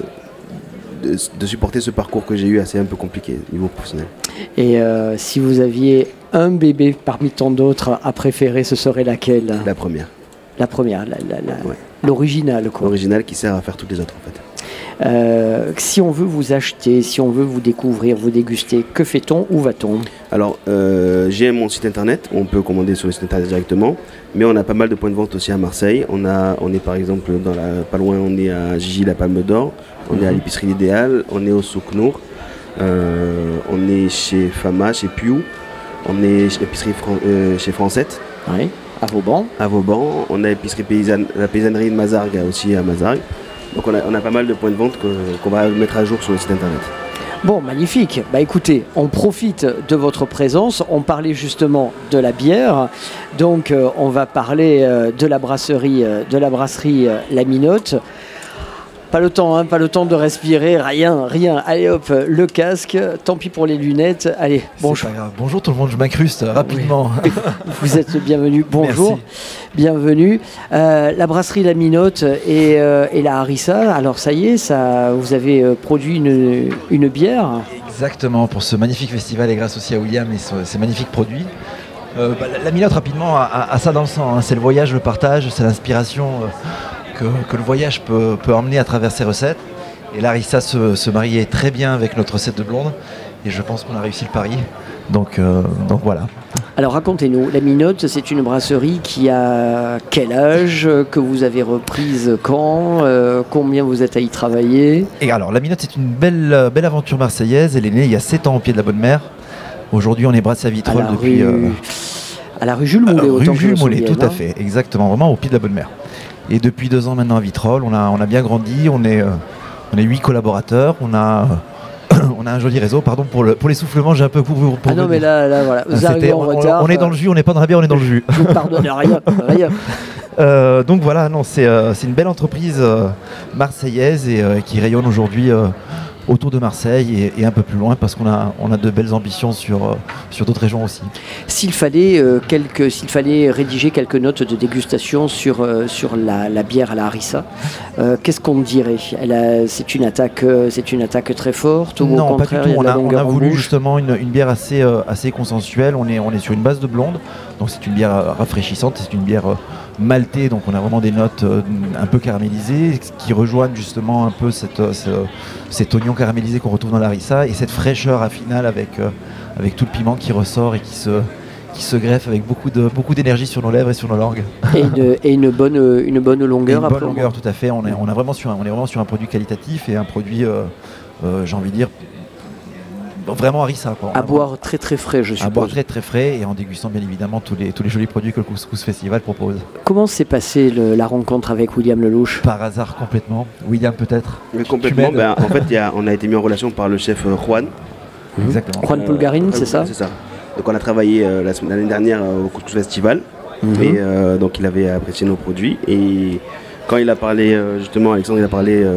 de supporter ce parcours que j'ai eu assez un peu compliqué au niveau professionnel. Et si vous aviez un bébé parmi tant d'autres à préférer, ce serait laquelle ? La première. La première, ouais. L'original, quoi. L'original qui sert à faire toutes les autres, en fait. Si on veut vous acheter, si on veut vous découvrir, vous déguster, que fait-on ? Où va-t-on ? Alors, j'ai mon site internet, on peut commander sur le site internet directement, mais on a pas mal de points de vente aussi à Marseille. On est par exemple, pas loin, on est à Gigi la Palme d'Or, on est à l'épicerie L'Idéal, on est au Souk Nour, on est chez Fama, chez Piou, on est chez l'épicerie chez Francette. Oui, à Vauban. À Vauban, on a l'épicerie la paysannerie de Mazargues aussi à Mazargues. Donc on a pas mal de points de vente qu'on va mettre à jour sur le site internet. Bon, magnifique. Bah écoutez, on profite de votre présence. On parlait justement de la bière. Donc on va parler de la brasserie La Minote. Pas le temps de respirer, rien. Allez hop, le casque, tant pis pour les lunettes. Allez, bonjour. Bonjour tout le monde, je m'incruste rapidement. Oui. Vous êtes bienvenue, bonjour. Merci. Bienvenue. La brasserie La Minote et la harissa, alors ça y est, vous avez produit une bière. Exactement, pour ce magnifique festival et grâce aussi à William et ces magnifiques produits. La Minote rapidement a ça dans le sang, hein. C'est le voyage, le partage, c'est l'inspiration que le voyage peut emmener à travers ses recettes. Et l'harissa se mariait très bien avec notre recette de blonde et je pense qu'on a réussi le pari. Donc voilà. Alors racontez-nous, La Minote, c'est une brasserie qui a quel âge, que vous avez reprise quand, combien vous êtes à y travailler ? Et alors La Minote, c'est une belle aventure marseillaise. Elle est née il y a 7 ans au pied de la Bonne Mer. Aujourd'hui on est brassé à Vitrolles depuis... à la rue Jules Mollet, autant rue Jules Mollet, tout à fait, exactement, vraiment au pied de la Bonne Mer. Et depuis 2 ans maintenant à Vitrolles, on a bien grandi, on est 8 collaborateurs, on a un joli réseau. Pardon pour l'essoufflement, j'ai un peu pour ah non mais là voilà, vous arrivez en retard. On est dans le jus, on n'est pas dans la bière, on est dans le jus. Je ne pardonne rien. Donc voilà, non, c'est une belle entreprise marseillaise et qui rayonne aujourd'hui autour de Marseille et un peu plus loin parce qu'on a de belles ambitions sur d'autres régions aussi. S'il fallait rédiger quelques notes de dégustation sur la bière à la harissa, qu'est-ce qu'on dirait? C'est une attaque très forte ou non, au contraire, pas du tout. On a voulu bouche justement une bière assez consensuelle. On est sur une base de blonde, donc c'est une bière rafraîchissante, c'est une bière maltée, donc on a vraiment des notes un peu caramélisées qui rejoignent justement un peu cet oignon caramélisé qu'on retrouve dans la harissa et cette fraîcheur à finale avec tout le piment qui ressort et qui se greffe avec beaucoup d'énergie sur nos lèvres et sur nos langues. Et une bonne longueur. Une bonne longueur, tout à fait. On est vraiment sur un produit qualitatif et un produit, j'ai envie de dire, vraiment harissa. À boire très très frais, je suppose. À boire très très frais et en dégustant bien évidemment tous les jolis produits que le Couscous Festival propose. Comment s'est passée la rencontre avec William Lelouch? Par hasard complètement. William peut-être. Mais complètement. En fait, on a été mis en relation par le chef Juan. Exactement. Juan Pulgarin, c'est ça? C'est ça. Donc on a travaillé l'année dernière au Couscous Festival. Et donc il avait apprécié nos produits. Et quand il a parlé, justement, Alexandre, il a parlé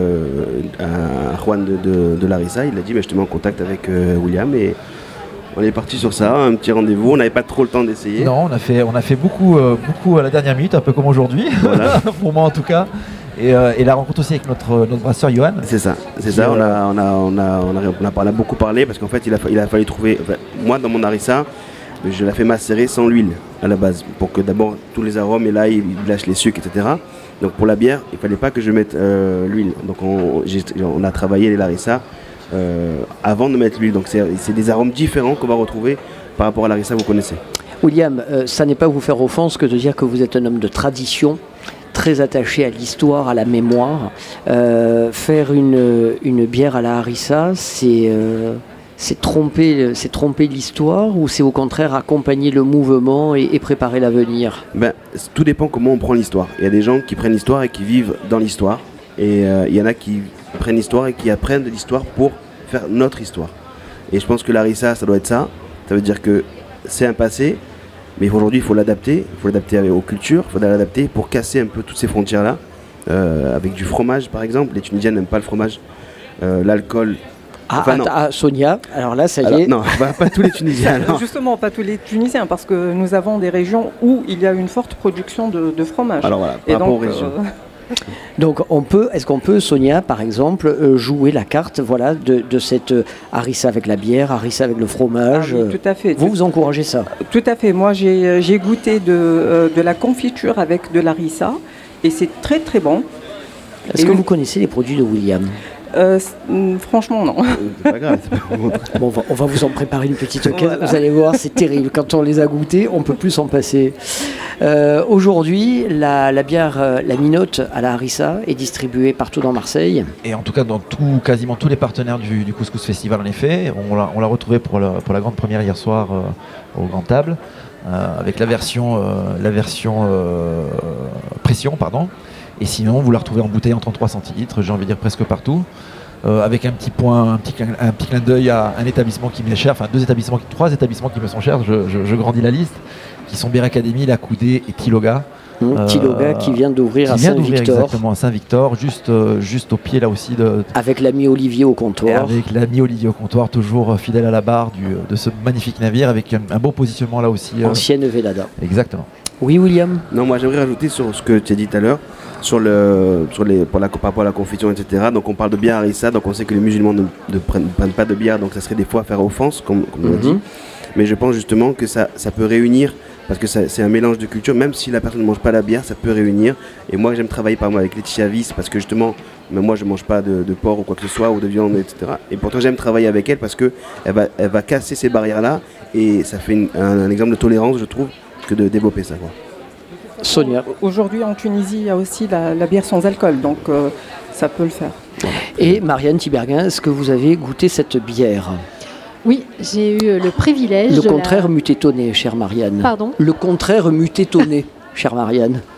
à Juan de l'harissa, il a dit, je te mets en contact avec William. Et on est parti sur ça, un petit rendez-vous. On n'avait pas trop le temps d'essayer. Non, on a fait beaucoup à la dernière minute, un peu comme aujourd'hui, voilà. Pour moi en tout cas. Et la rencontre aussi avec notre brasseur Johan. C'est ça. On a beaucoup parlé parce qu'en fait il a fallu trouver. Moi dans mon harissa, je la fais macérer sans l'huile à la base pour que d'abord tous les arômes et là il lâche les sucres, etc. Donc pour la bière, il fallait pas que je mette l'huile. Donc on a travaillé les harissa avant de mettre l'huile. Donc c'est des arômes différents qu'on va retrouver par rapport à l'harissa que vous connaissez. William, ça n'est pas vous faire offense que de dire que vous êtes un homme de tradition, très attaché à l'histoire, à la mémoire. Faire une bière à la harissa, c'est tromper l'histoire ou c'est au contraire accompagner le mouvement et préparer l'avenir? Tout dépend comment on prend l'histoire. Il y a des gens qui prennent l'histoire et qui vivent dans l'histoire. Et il y en a qui prennent l'histoire et qui apprennent de l'histoire pour faire notre histoire. Et je pense que la harissa, ça doit être ça. Ça veut dire que c'est un passé, mais aujourd'hui il faut l'adapter aux cultures, il faut l'adapter pour casser un peu toutes ces frontières-là. Avec du fromage par exemple, les Tunisiens n'aiment pas le fromage, l'alcool. Sonia, alors là ça y est. Non, pas tous les Tunisiens. Justement, pas tous les Tunisiens, parce que nous avons des régions où il y a une forte production de fromage. Alors voilà, par rapport aux régions. Donc est-ce qu'on peut, Sonia, par exemple, jouer la carte de cette harissa avec la bière, harissa avec le fromage? Oui, tout à fait. Vous encouragez ça? Tout à fait. Moi, j'ai goûté de la confiture avec de l'harissa et c'est très très bon. Est-ce que vous connaissez les produits de William? Franchement, non. C'est pas grave. Bon, on va vous en préparer une petite caisse. Voilà. Vous allez voir, c'est terrible. Quand on les a goûtés, on ne peut plus s'en passer. Aujourd'hui, la bière, la minote à la harissa est distribuée partout dans Marseille. Et en tout cas, dans quasiment tous les partenaires du Couscous Festival, en effet. On l'a retrouvé pour la grande première hier soir au Grand Table, avec la version pression, pardon. Et sinon, vous la retrouvez en bouteille en 33 centilitres, j'ai envie de dire presque partout, avec un petit clin d'œil à un établissement qui m'est cher, enfin trois établissements qui me sont chers, je grandis la liste, qui sont Bière Academy, La Coudée et Tiloga. Tiloga qui vient d'ouvrir à Saint-Victor. Exactement, à Saint-Victor, juste au pied là aussi. Avec l'ami Olivier au comptoir. Avec l'ami Olivier au comptoir, toujours fidèle à la barre de ce magnifique navire, avec un beau positionnement là aussi. Ancienne Velada. Exactement. Oui, William? Non, moi j'aimerais rajouter sur ce que tu as dit tout à l'heure, par rapport à la confiture, etc. Donc on parle de bière harissa, donc on sait que les musulmans ne prennent pas de bière, donc ça serait des fois faire offense, comme on l'a dit. Mais je pense justement que ça peut réunir, parce que c'est un mélange de cultures, même si la personne ne mange pas la bière, ça peut réunir. Et moi j'aime travailler par exemple avec Laetitia Wyss, parce que justement, mais moi je ne mange pas de porc ou quoi que ce soit, ou de viande, etc. Et pourtant j'aime travailler avec elle parce qu'elle va casser ces barrières-là, et ça fait un exemple de tolérance, je trouve, que de développer ça, quoi. Sonia. Aujourd'hui en Tunisie, il y a aussi la bière sans alcool, donc ça peut le faire. Et Marianne Tiberghien, est-ce que vous avez goûté cette bière? Oui, j'ai eu le privilège. Le contraire m'eût étonné, chère Marianne. Pardon? Le contraire m'eût étonné, chère Marianne.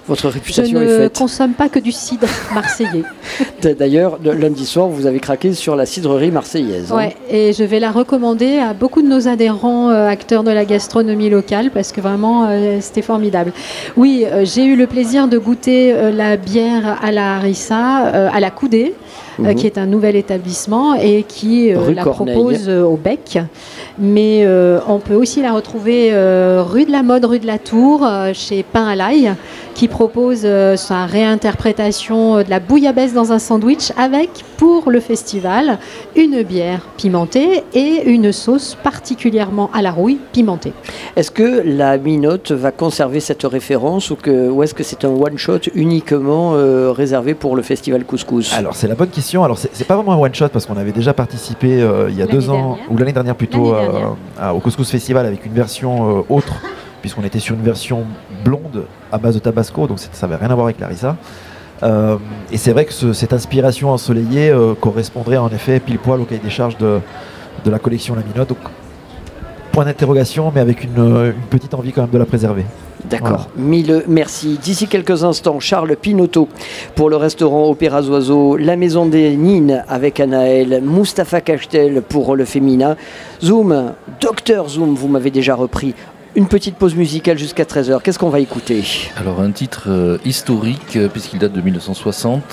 Votre réputation Je est ne faite. consomme pas que du cidre marseillais. D'ailleurs, lundi soir, vous avez craqué sur la cidrerie marseillaise. Ouais, et je vais la recommander à beaucoup de nos adhérents acteurs de la gastronomie locale parce que vraiment c'était formidable. Oui, j'ai eu le plaisir de goûter la bière à la harissa, à la Coudée, qui est un nouvel établissement et qui la propose au Bec. Mais on peut aussi la retrouver rue de la Mode, rue de la Tour, chez Pain à l'ail, qui propose sa réinterprétation de la bouillabaisse dans un sandwich avec, pour le festival, une bière pimentée et une sauce particulièrement à la rouille pimentée. Est-ce que la Minote va conserver cette référence ou est-ce que c'est un one-shot uniquement réservé pour le festival Couscous? Alors c'est la bonne question. Alors c'est pas vraiment un one-shot parce qu'on avait déjà participé il y a 2 ans, ou l'année dernière plutôt, au Couscous Festival avec une version autre, puisqu'on était sur une version blonde à base de tabasco, donc ça n'avait rien à voir avec l'harissa. Et c'est vrai que cette inspiration ensoleillée correspondrait en effet pile poil au cahier des charges de la collection La Minote. Donc, point d'interrogation, mais avec une petite envie quand même de la préserver. D'accord, mille merci. D'ici quelques instants, Charles Pinotto pour le restaurant Opéras Oiseaux, la Maison des Nines avec Anaël, Mustapha Cachtel pour le féminin, Zoom, Docteur Zoom, vous m'avez déjà repris. Une petite pause musicale jusqu'à 13h. Qu'est-ce qu'on va écouter? Alors un titre historique puisqu'il date de 1960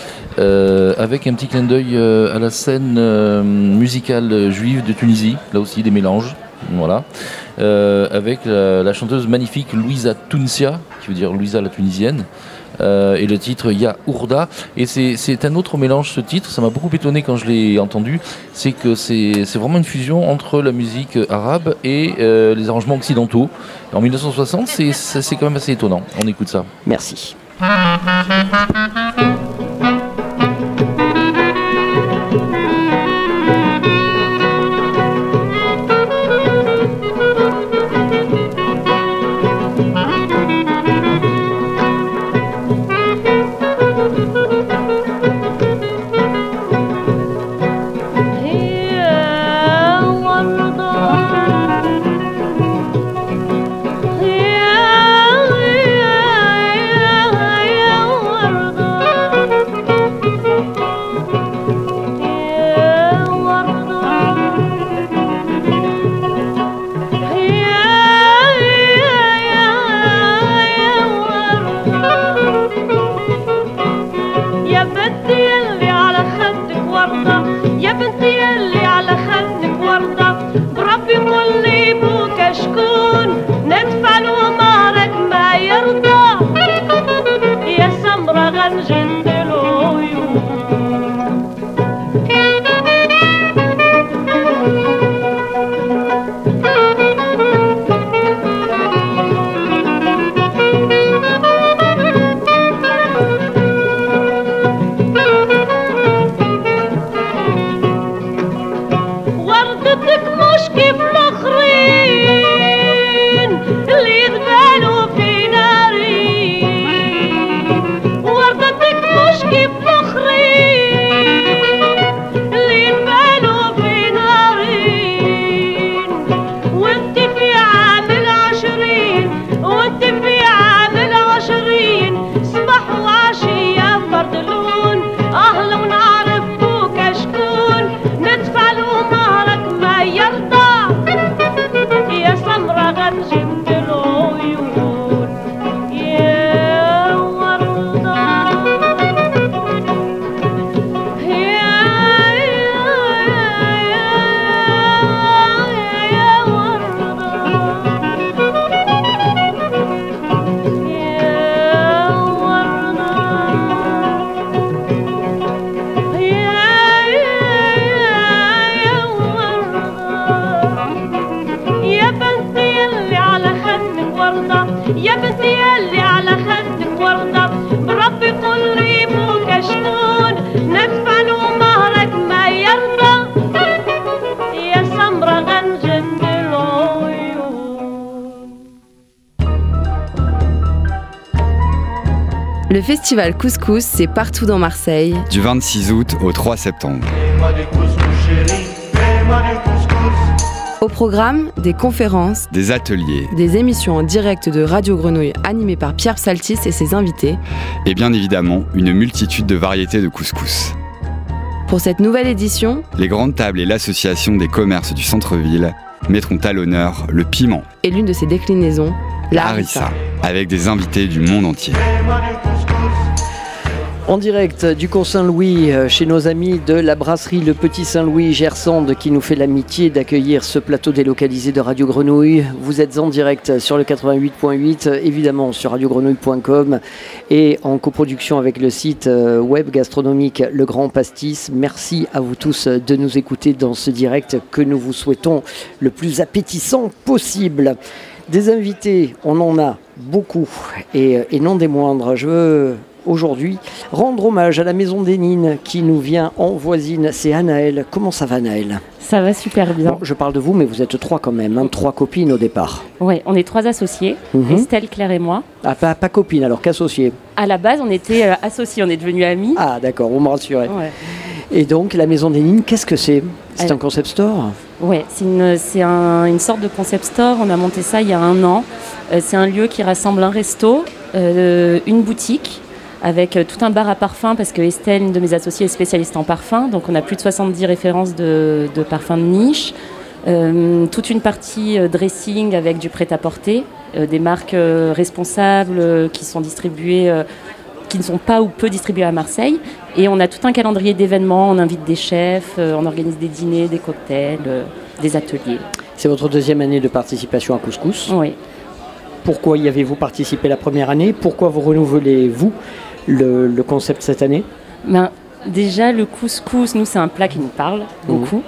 avec un petit clin d'œil à la scène musicale juive de Tunisie, là aussi des mélanges. Voilà, avec la chanteuse magnifique Louisa Tunisia, qui veut dire Louisa la Tunisienne, et le titre Ya Ourda. Et c'est un autre mélange, ce titre, ça m'a beaucoup étonné quand je l'ai entendu, c'est que c'est vraiment une fusion entre la musique arabe et les arrangements occidentaux. En 1960, c'est quand même assez étonnant. On écoute ça. Merci. Le festival Couscous, c'est partout dans Marseille. Du 26 août au 3 septembre. Fais-moi du couscous chéri, fais-moi du couscous. Au programme, des conférences, des ateliers, des émissions en direct de Radio Grenouille animées par Pierre Psaltis et ses invités. Et bien évidemment, une multitude de variétés de couscous. Pour cette nouvelle édition, les grandes tables et l'association des commerces du centre-ville mettront à l'honneur le piment. Et l'une de ses déclinaisons, la harissa. Avec des invités du monde entier. En direct du cours Saint-Louis, chez nos amis de la brasserie Le Petit Saint-Louis Gersande qui nous fait l'amitié d'accueillir ce plateau délocalisé de Radio Grenouille. Vous êtes en direct sur le 88.8, évidemment sur radiogrenouille.com et en coproduction avec le site web gastronomique Le Grand Pastis. Merci à vous tous de nous écouter dans ce direct que nous vous souhaitons le plus appétissant possible. Des invités, on en a beaucoup et non des moindres. Je veux aujourd'hui rendre hommage à la Maison des Nines qui nous vient en voisine. C'est Anaëlle. Comment ça va, Anaëlle ? Ça va super bien. Bon, je parle de vous, mais vous êtes trois quand même, hein, 3 copines au départ. Oui, on est 3 associés, Estelle, Claire et moi. Ah, pas copines, alors qu'associés. À la base, on était associés, on est devenus amis. Ah, d'accord, vous me rassurez. Ouais. Et donc, la Maison des Nines, qu'est-ce que c'est ? C'est un concept store ? Oui, c'est une sorte de concept store. On a monté ça il y a 1 an. C'est un lieu qui rassemble un resto, une boutique, avec tout un bar à parfum, parce que Estelle, une de mes associées, est spécialiste en parfum. Donc on a plus de 70 références de parfums de niche. Toute une partie dressing avec du prêt-à-porter, des marques responsables qui sont distribuées, qui ne sont pas ou peu distribuées à Marseille. Et on a tout un calendrier d'événements. On invite des chefs, on organise des dîners, des cocktails, des ateliers. C'est votre 2e année de participation à Couscous ? Oui. Pourquoi y avez-vous participé la première année ? Pourquoi vous renouvelez-vous le concept cette année ? Déjà, le couscous, nous, c'est un plat qui nous parle beaucoup.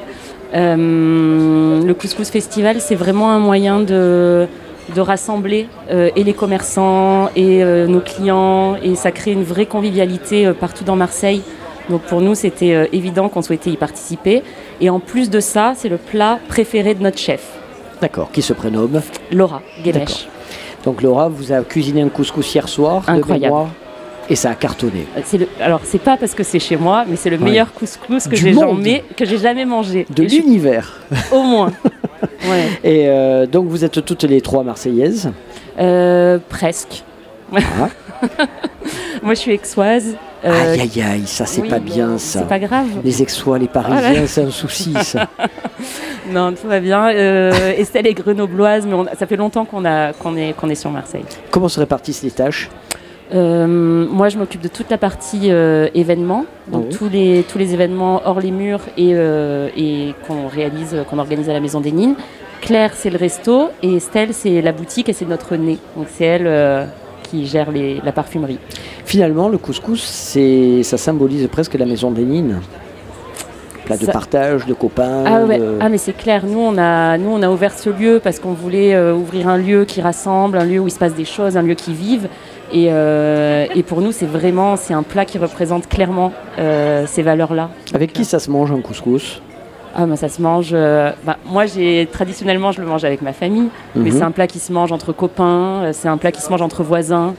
Le Couscous Festival, c'est vraiment un moyen de rassembler et les commerçants et nos clients, et ça crée une vraie convivialité partout dans Marseille. Donc pour nous, c'était évident qu'on souhaitait y participer. Et en plus de ça, c'est le plat préféré de notre chef. D'accord, qui se prénomme Laura Guémèche. Donc Laura vous a cuisiné un couscous hier soir, incroyable, de mémoire, et ça a cartonné. Alors c'est pas parce que c'est chez moi, mais c'est le meilleur couscous que j'ai jamais mangé. De l'univers. Au moins. Ouais. Et donc vous êtes toutes les 3 marseillaises ? Presque. Ah. Moi je suis aixoise. Aïe aïe aïe, ça c'est pas bien ça. C'est pas grave. Les Aixois, les Parisiens, c'est un souci ça. Non, tout va bien. Estelle est grenobloise, mais ça fait longtemps qu'on est sur Marseille. Comment se répartissent les tâches ? Moi, je m'occupe de toute la partie événements, donc tous les événements hors les murs et qu'on organise à la Maison des Nines. Claire, c'est le resto, et Estelle, c'est la boutique et c'est notre nez. Donc c'est elle qui gère la parfumerie. Finalement, le couscous, ça symbolise presque la Maison des Nines. Plat de partage, de copains. Ah ouais. Ah mais c'est clair. Nous on a ouvert ce lieu parce qu'on voulait ouvrir un lieu qui rassemble, un lieu où il se passe des choses, un lieu qui vive. Et pour nous c'est un plat qui représente clairement ces valeurs-là. Avec qui ça se mange un couscous ? Ah ça se mange. Moi traditionnellement je le mange avec ma famille, mais c'est un plat qui se mange entre copains, c'est un plat qui se mange entre voisins.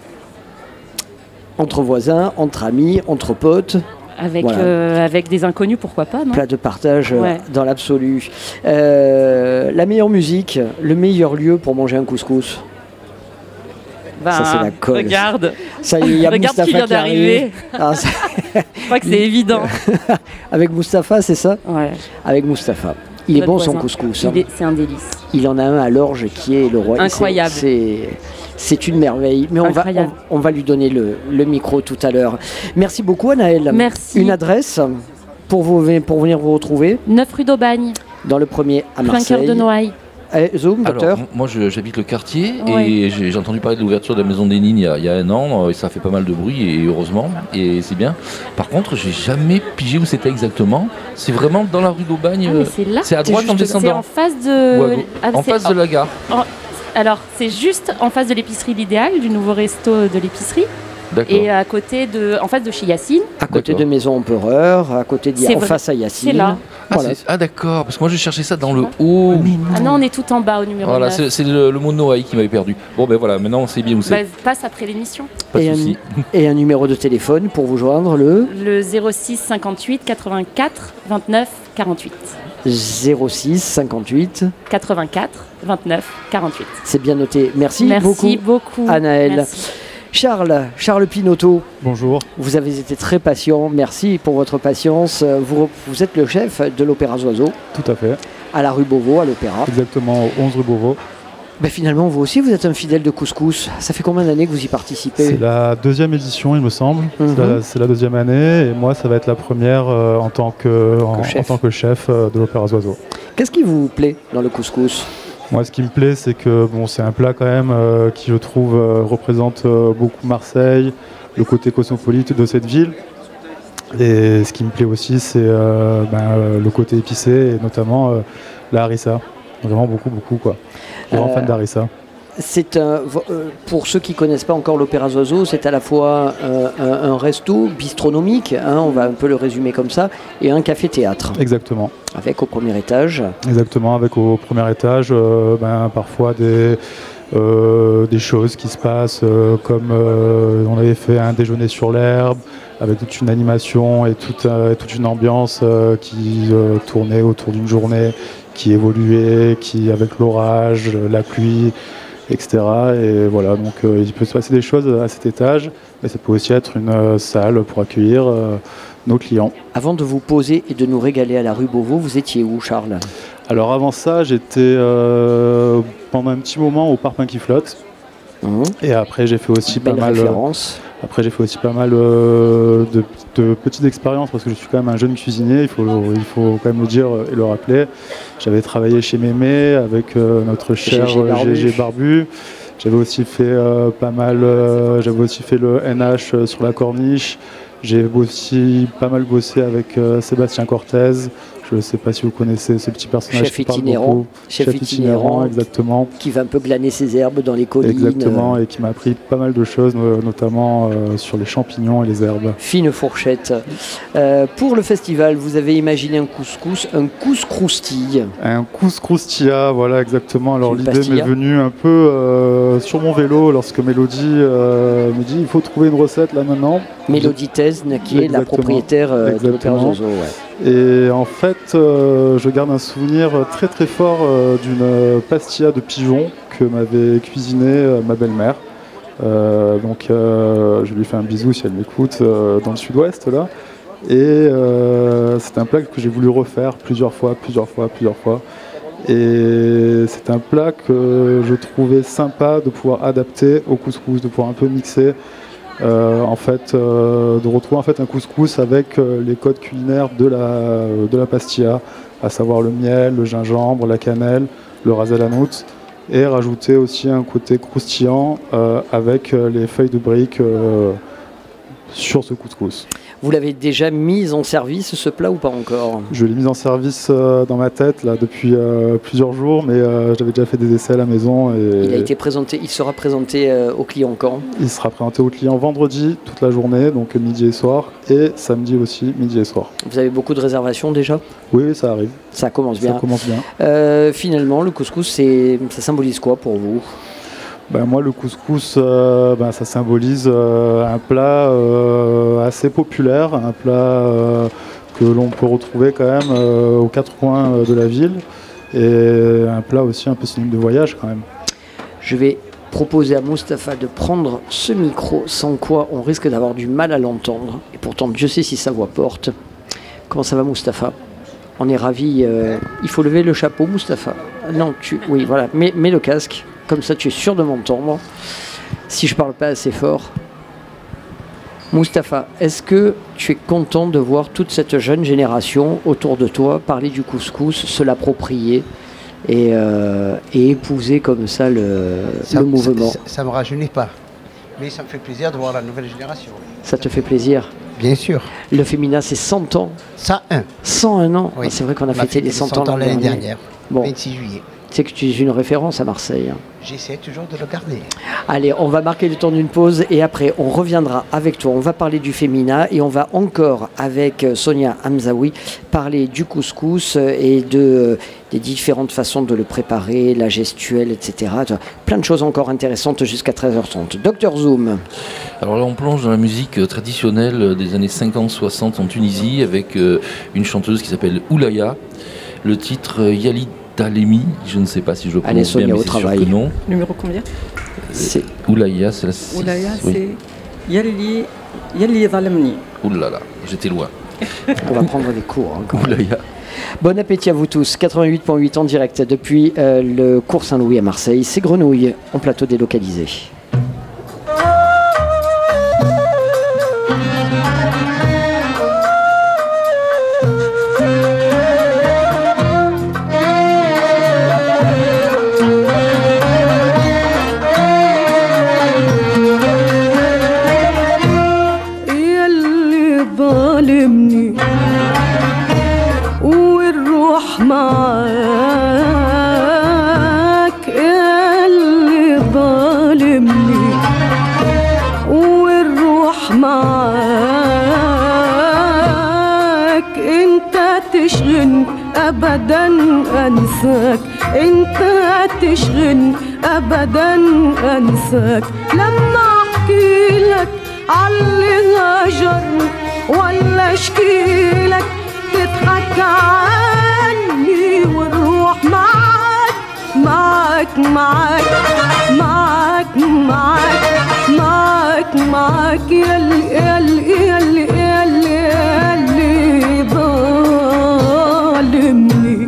Entre voisins, entre amis, entre potes. Avec des inconnus, pourquoi pas, non ? Plat de partage dans l'absolu. La meilleure musique, le meilleur lieu pour manger un couscous ? Ça, c'est la colle. Regarde, ça, y a regarde qui vient d'arriver. Je crois que c'est évident. Avec Mustapha, c'est ça ? Ouais. Avec Mustapha. Il est bon son couscous. C'est un délice. Il en a un à l'orge qui est le roi. Incroyable. C'est une merveille. Mais on va lui donner le micro tout à l'heure. Merci beaucoup, Anaëlle. Merci. Une adresse pour venir vous retrouver ? 9 rue d'Aubagne. Dans le 1er à Marseille. Plein cœur de Noailles. Zoom, docteur ? Alors, moi j'habite le quartier et j'ai entendu parler de l'ouverture de la Maison des Nines il y a 1 an, et ça fait pas mal de bruit, et heureusement, et c'est bien. Par contre, j'ai jamais pigé où c'était exactement. C'est vraiment dans la rue d'Aubagne. C'est à droite en descendant. C'est en face de la gare. Alors, c'est juste en face de l'épicerie L'Idéal, du nouveau resto de l'épicerie. D'accord. Et en face de chez Yacine. À côté de Maison Empereur, en face à Yacine. C'est là. Voilà. D'accord, parce que moi je cherchais ça dans le haut. Ah non, on est tout en bas au numéro 9. Voilà, c'est le mot de Noailles qui m'avait perdu. Bon ben voilà, maintenant on sait bien où c'est. Passe après l'émission. Pas de souci. Et un numéro de téléphone pour vous joindre, le 06 58 84 29 48. 06 58 84 29 48. C'est bien noté. Merci beaucoup. Anaëlle. Merci. Charles Pinotto. Bonjour. Vous avez été très patient. Merci pour votre patience. Vous êtes le chef de l'Opéra Zoiseau. Tout à fait. À la rue Beauvau, à l'Opéra. Exactement, 11 rue Beauvau. Ben finalement, vous aussi, vous êtes un fidèle de Couscous. Ça fait combien d'années que vous y participez ? C'est la 2e édition, il me semble. C'est la 2e année. Et moi, ça va être la première en tant que chef de l'Opéra Zoiseau. Qu'est-ce qui vous plaît dans le couscous ? Moi, ce qui me plaît, c'est que c'est un plat quand même qui, je trouve, représente beaucoup Marseille, le côté cosmopolite de cette ville. Et ce qui me plaît aussi, c'est le côté épicé et notamment la harissa. Vraiment beaucoup, quoi. Grand fan d'harissa. C'est pour ceux qui ne connaissent pas encore l'Opéra Zoiseau, c'est à la fois un resto bistronomique, on va un peu le résumer comme ça, et un café-théâtre. Exactement. Avec au premier étage. Exactement, avec au premier étage, parfois des choses qui se passent, comme on avait fait un déjeuner sur l'herbe, avec toute une animation et toute une ambiance qui tournait autour d'une journée, qui évoluait, qui avec l'orage, la pluie, etc. Et voilà, donc il peut se passer des choses à cet étage, mais ça peut aussi être une salle pour accueillir nos clients. Avant de vous poser et de nous régaler à la rue Beauvau, vous étiez où, Charles ? Alors avant ça, j'étais pendant un petit moment au Parpaing qui flotte. Et après, j'ai fait aussi pas mal. Après, j'ai fait aussi pas mal de petites expériences parce que je suis quand même un jeune cuisinier. Il faut quand même le dire et le rappeler. J'avais travaillé chez Mémé avec notre cher Gégé Barbu. J'avais aussi fait j'avais aussi fait le NH sur la Corniche. J'ai aussi pas mal bossé avec Sébastien Cortez. Je ne sais pas si vous connaissez ce petit personnage chef itinérant, chef itinérant, exactement. Qui va un peu glaner ses herbes dans les collines. Exactement, et qui m'a appris pas mal de choses, notamment sur les champignons et les herbes. Fine fourchette. Pour le festival, vous avez imaginé un couscous, un couscroustille. Un couscroustilla, voilà, exactement. Alors l'idée m'est venue un peu sur mon vélo lorsque Mélodie me dit il faut trouver une recette là maintenant. Mélodie Tesne, qui est la propriétaire de l'Opéra Zoiseau. Et en fait, je garde un souvenir très très fort d'une pastilla de pigeon que m'avait cuisinée ma belle-mère. Je lui fais un bisou si elle m'écoute dans le sud-ouest là. Et c'est un plat que j'ai voulu refaire plusieurs fois. Et c'est un plat que je trouvais sympa de pouvoir adapter au couscous, de pouvoir un peu mixer. De retrouver en fait un couscous avec les codes culinaires de la pastilla, à savoir le miel, le gingembre, la cannelle, le ras el hanout, et rajouter aussi un côté croustillant avec les feuilles de briques sur ce couscous. Vous l'avez déjà mis en service ce plat ou pas encore ? Je l'ai mis en service dans ma tête là, depuis plusieurs jours, mais j'avais déjà fait des essais à la maison. Et il a été présenté, il sera présenté aux clients quand ? Il sera présenté aux clients vendredi toute la journée, donc midi et soir, et samedi aussi midi et soir. Vous avez beaucoup de réservations déjà ? Oui, ça arrive. Ça commence bien. Ça commence bien. Finalement, le couscous, ça symbolise quoi pour vous ? Moi, le couscous, ça symbolise un plat assez populaire, un plat que l'on peut retrouver quand même aux quatre coins de la ville, et un plat aussi un peu synonyme de voyage quand même. Je vais proposer à Mustapha de prendre ce micro, sans quoi on risque d'avoir du mal à l'entendre, et pourtant Dieu sait si sa voix porte. Comment ça va, Mustapha ? On est ravis. Il faut lever le chapeau, Mustapha. Non, oui, voilà, mets le casque. Comme ça, tu es sûr de m'entendre. Si je parle pas assez fort. Mustapha, est-ce que tu es content de voir toute cette jeune génération autour de toi parler du couscous, se l'approprier et épouser comme ça le mouvement ? Ça me rajeunit pas. Mais ça me fait plaisir de voir la nouvelle génération. Ça te fait plaisir ? Bien sûr. Le féminin, c'est 100 ans. 101. 101 ans. Oui. C'est vrai qu'on a fêté les 100 ans l'année dernière. Bon. 26 juillet. C'est que tu es une référence à Marseille. J'essaie toujours de le garder. Allez, on va marquer le temps d'une pause et après on reviendra avec toi. On va parler du féminin et on va encore avec Sonia Hamzaoui parler du couscous et des différentes façons de le préparer, la gestuelle, etc. Plein de choses encore intéressantes jusqu'à 13h30. Dr Zoom. Alors là, on plonge dans la musique traditionnelle des années 50-60 en Tunisie avec une chanteuse qui s'appelle Oulaya. le titre Yali Talemi, je ne sais pas si je le prononce bien, mais c'est sûr que non. Numéro combien? C'est Oulaya, c'est la Oulaya, c'est Yali Zalemni. Oulala, j'étais loin. On va prendre des cours. Oulaya. Bon appétit à vous tous. 88.8 en direct depuis le cours Saint-Louis à Marseille. C'est Grenouille en plateau délocalisé. معاك اللي ظالمني والروح معاك انت تشغلني ابدا انساك انت تشغلني ابدا انساك لما احكي لك عاللي هاجرني ولا اشكي لك تضحك عني والروح معاك معاك معاك معاك معاك معاك معاك يلي يلي يلي يلي يلي ظالمني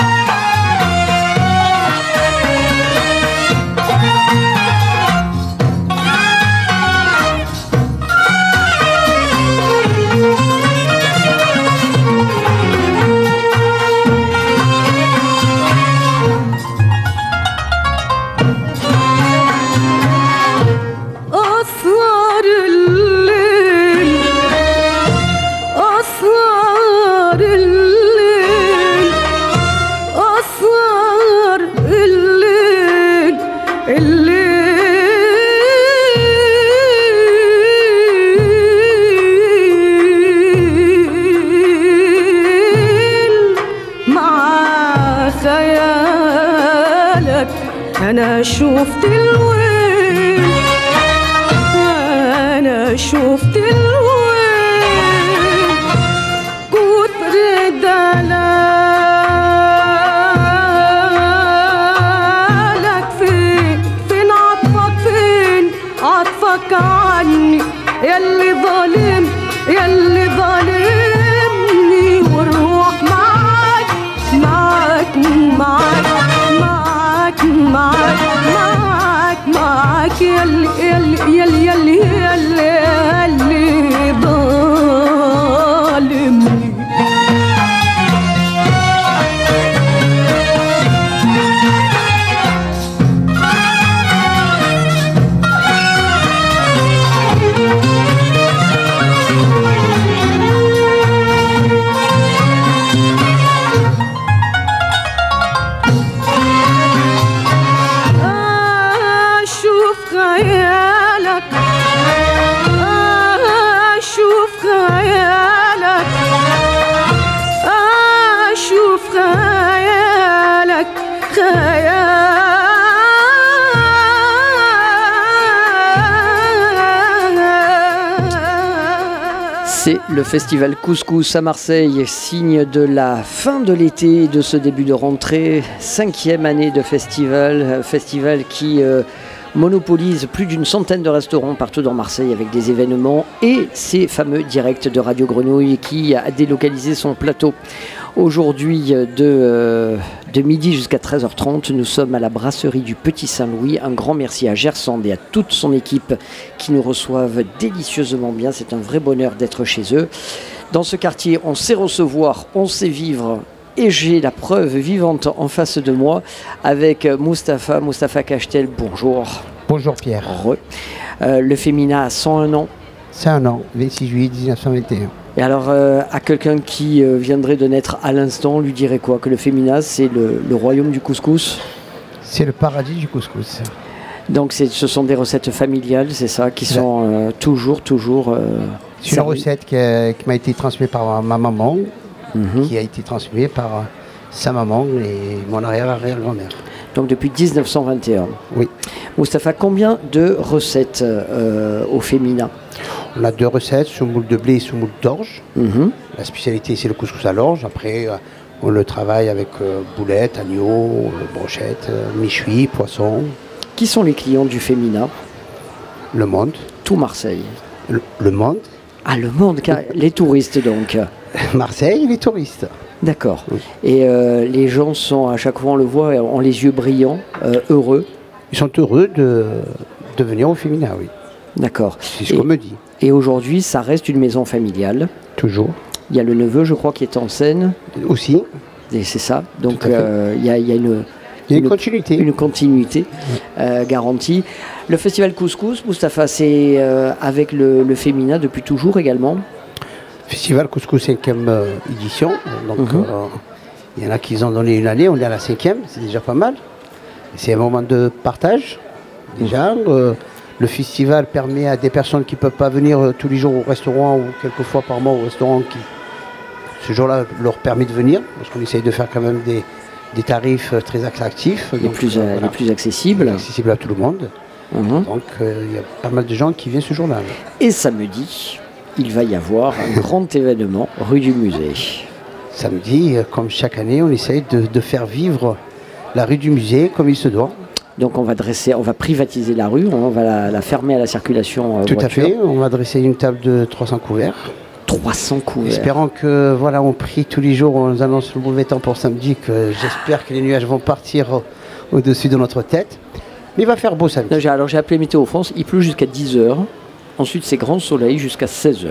أنا شفت الويل أنا شفت الويل كتر دلالك فين فين عطفك فين عطفك عني يلي ظالم يلي ظالمني والروح معاك معاك معاك معاك معاك معاك يلي يلي يلي يلي يلي يلي ظالمني C'est le festival Couscous à Marseille, signe de la fin de l'été, de ce début de rentrée, 5e année de festival, festival qui monopolise plus d'une centaine de restaurants partout dans Marseille avec des événements et ces fameux directs de Radio Grenouille qui a délocalisé son plateau. Aujourd'hui, de midi jusqu'à 13h30, nous sommes à la brasserie du Petit Saint-Louis. Un grand merci à Gersand et à toute son équipe qui nous reçoivent délicieusement bien. C'est un vrai bonheur d'être chez eux. Dans ce quartier, on sait recevoir, on sait vivre. Et j'ai la preuve vivante en face de moi avec Mustapha Cachtel. Bonjour. Bonjour Pierre. Le Fémina a 101 ans. 101 ans, 26 juillet 1921. Et alors, à quelqu'un qui viendrait de naître à l'instant, on lui dirait quoi? Que le Fémina, c'est le royaume du couscous? C'est le paradis du couscous. Donc ce sont des recettes familiales, c'est ça, qui sont toujours c'est une recette qui m'a été transmise par ma maman, qui a été transmise par sa maman et mon arrière-arrière-grand-mère. Donc depuis 1921. Oui. Mustapha, combien de recettes au Fémina? On a 2 recettes, semoule de blé et semoule d'orge. La spécialité, c'est le couscous à l'orge. Après, On le travaille avec boulettes, agneaux, brochettes, méchoui, poisson. Qui sont les clients du Femina? Le monde. Tout Marseille. Le monde. Ah, le monde, les touristes donc. Marseille, les touristes. D'accord. Et les gens sont, à chaque fois on le voit, ont les yeux brillants, heureux. Ils sont heureux de venir au Femina, oui. D'accord. C'est ce qu'on me dit. Et aujourd'hui, ça reste une maison familiale. Toujours. Il y a le neveu, je crois, qui est en scène. Aussi. Et c'est ça. Donc il y a une continuité. Une continuité garantie. Le festival Couscous, Mustapha, c'est avec le Femina depuis toujours également. Festival Couscous 5e édition. Donc il y en a qui ont donné une année, on est à la 5e, c'est déjà pas mal. C'est un moment de partage. Déjà, le festival permet à des personnes qui ne peuvent pas venir tous les jours au restaurant ou quelques fois par mois au restaurant qui, ce jour-là, leur permet de venir. Parce qu'on essaye de faire quand même des tarifs très attractifs. Les plus accessibles. Accessibles à tout le monde. Donc il y a pas mal de gens qui viennent ce jour-là. Et samedi, il va y avoir un grand événement rue du Musée. Samedi, comme chaque année, on essaye de faire vivre la rue du Musée comme il se doit. Donc on va privatiser la rue, on va la fermer à la circulation Tout voiture. à fait, on va dresser une table de 300 couverts. 300 couverts. Espérant que, voilà, on prie tous les jours, on nous annonce le mauvais temps pour samedi, que j'espère que les nuages vont partir au-dessus de notre tête. Mais il va faire beau samedi. Alors j'ai appelé Météo France, il pleut jusqu'à 10h, ensuite c'est grand soleil jusqu'à 16h.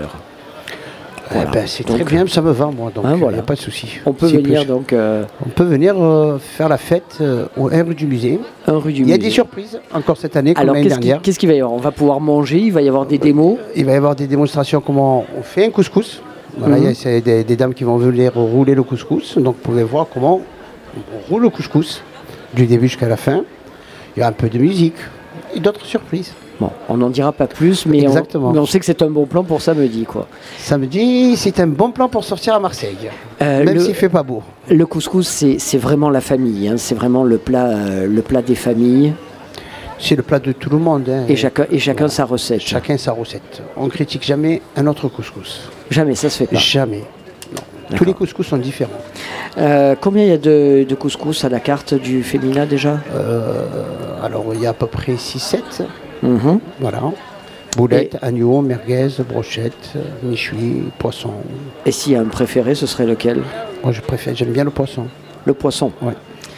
Voilà. C'est très bien, ça me va moi, donc il n'y a pas de souci. On peut venir donc... On peut venir faire la fête au rue du Musée. Il y a des surprises encore cette année, comme l'année dernière. Qu'est-ce qu'il va y avoir? On va pouvoir manger, il va y avoir des démos. Il va y avoir des démonstrations comment on fait un couscous. Voilà, il y a des dames qui vont venir rouler le couscous, donc vous pouvez voir comment on roule le couscous du début jusqu'à la fin. Il y a un peu de musique et d'autres surprises. Bon, on n'en dira pas plus, mais on sait que c'est un bon plan pour samedi, quoi. Samedi, c'est un bon plan pour sortir à Marseille, même s'il ne fait pas beau. Le couscous, c'est vraiment la famille, hein, c'est vraiment le plat des familles. C'est le plat de tout le monde. Hein, et chacun sa recette. Chacun sa recette. On ne critique jamais un autre couscous. Jamais, ça se fait pas. Jamais. Tous les couscous sont différents. Combien il y a de couscous à la carte du Femina déjà? Alors, il y a à peu près 6-7. Voilà. Boulettes, agneaux, merguez, brochettes, méchoui, poisson. Et s'il y a un préféré, ce serait lequel? Moi, j'aime bien le poisson. Le poisson? Oui.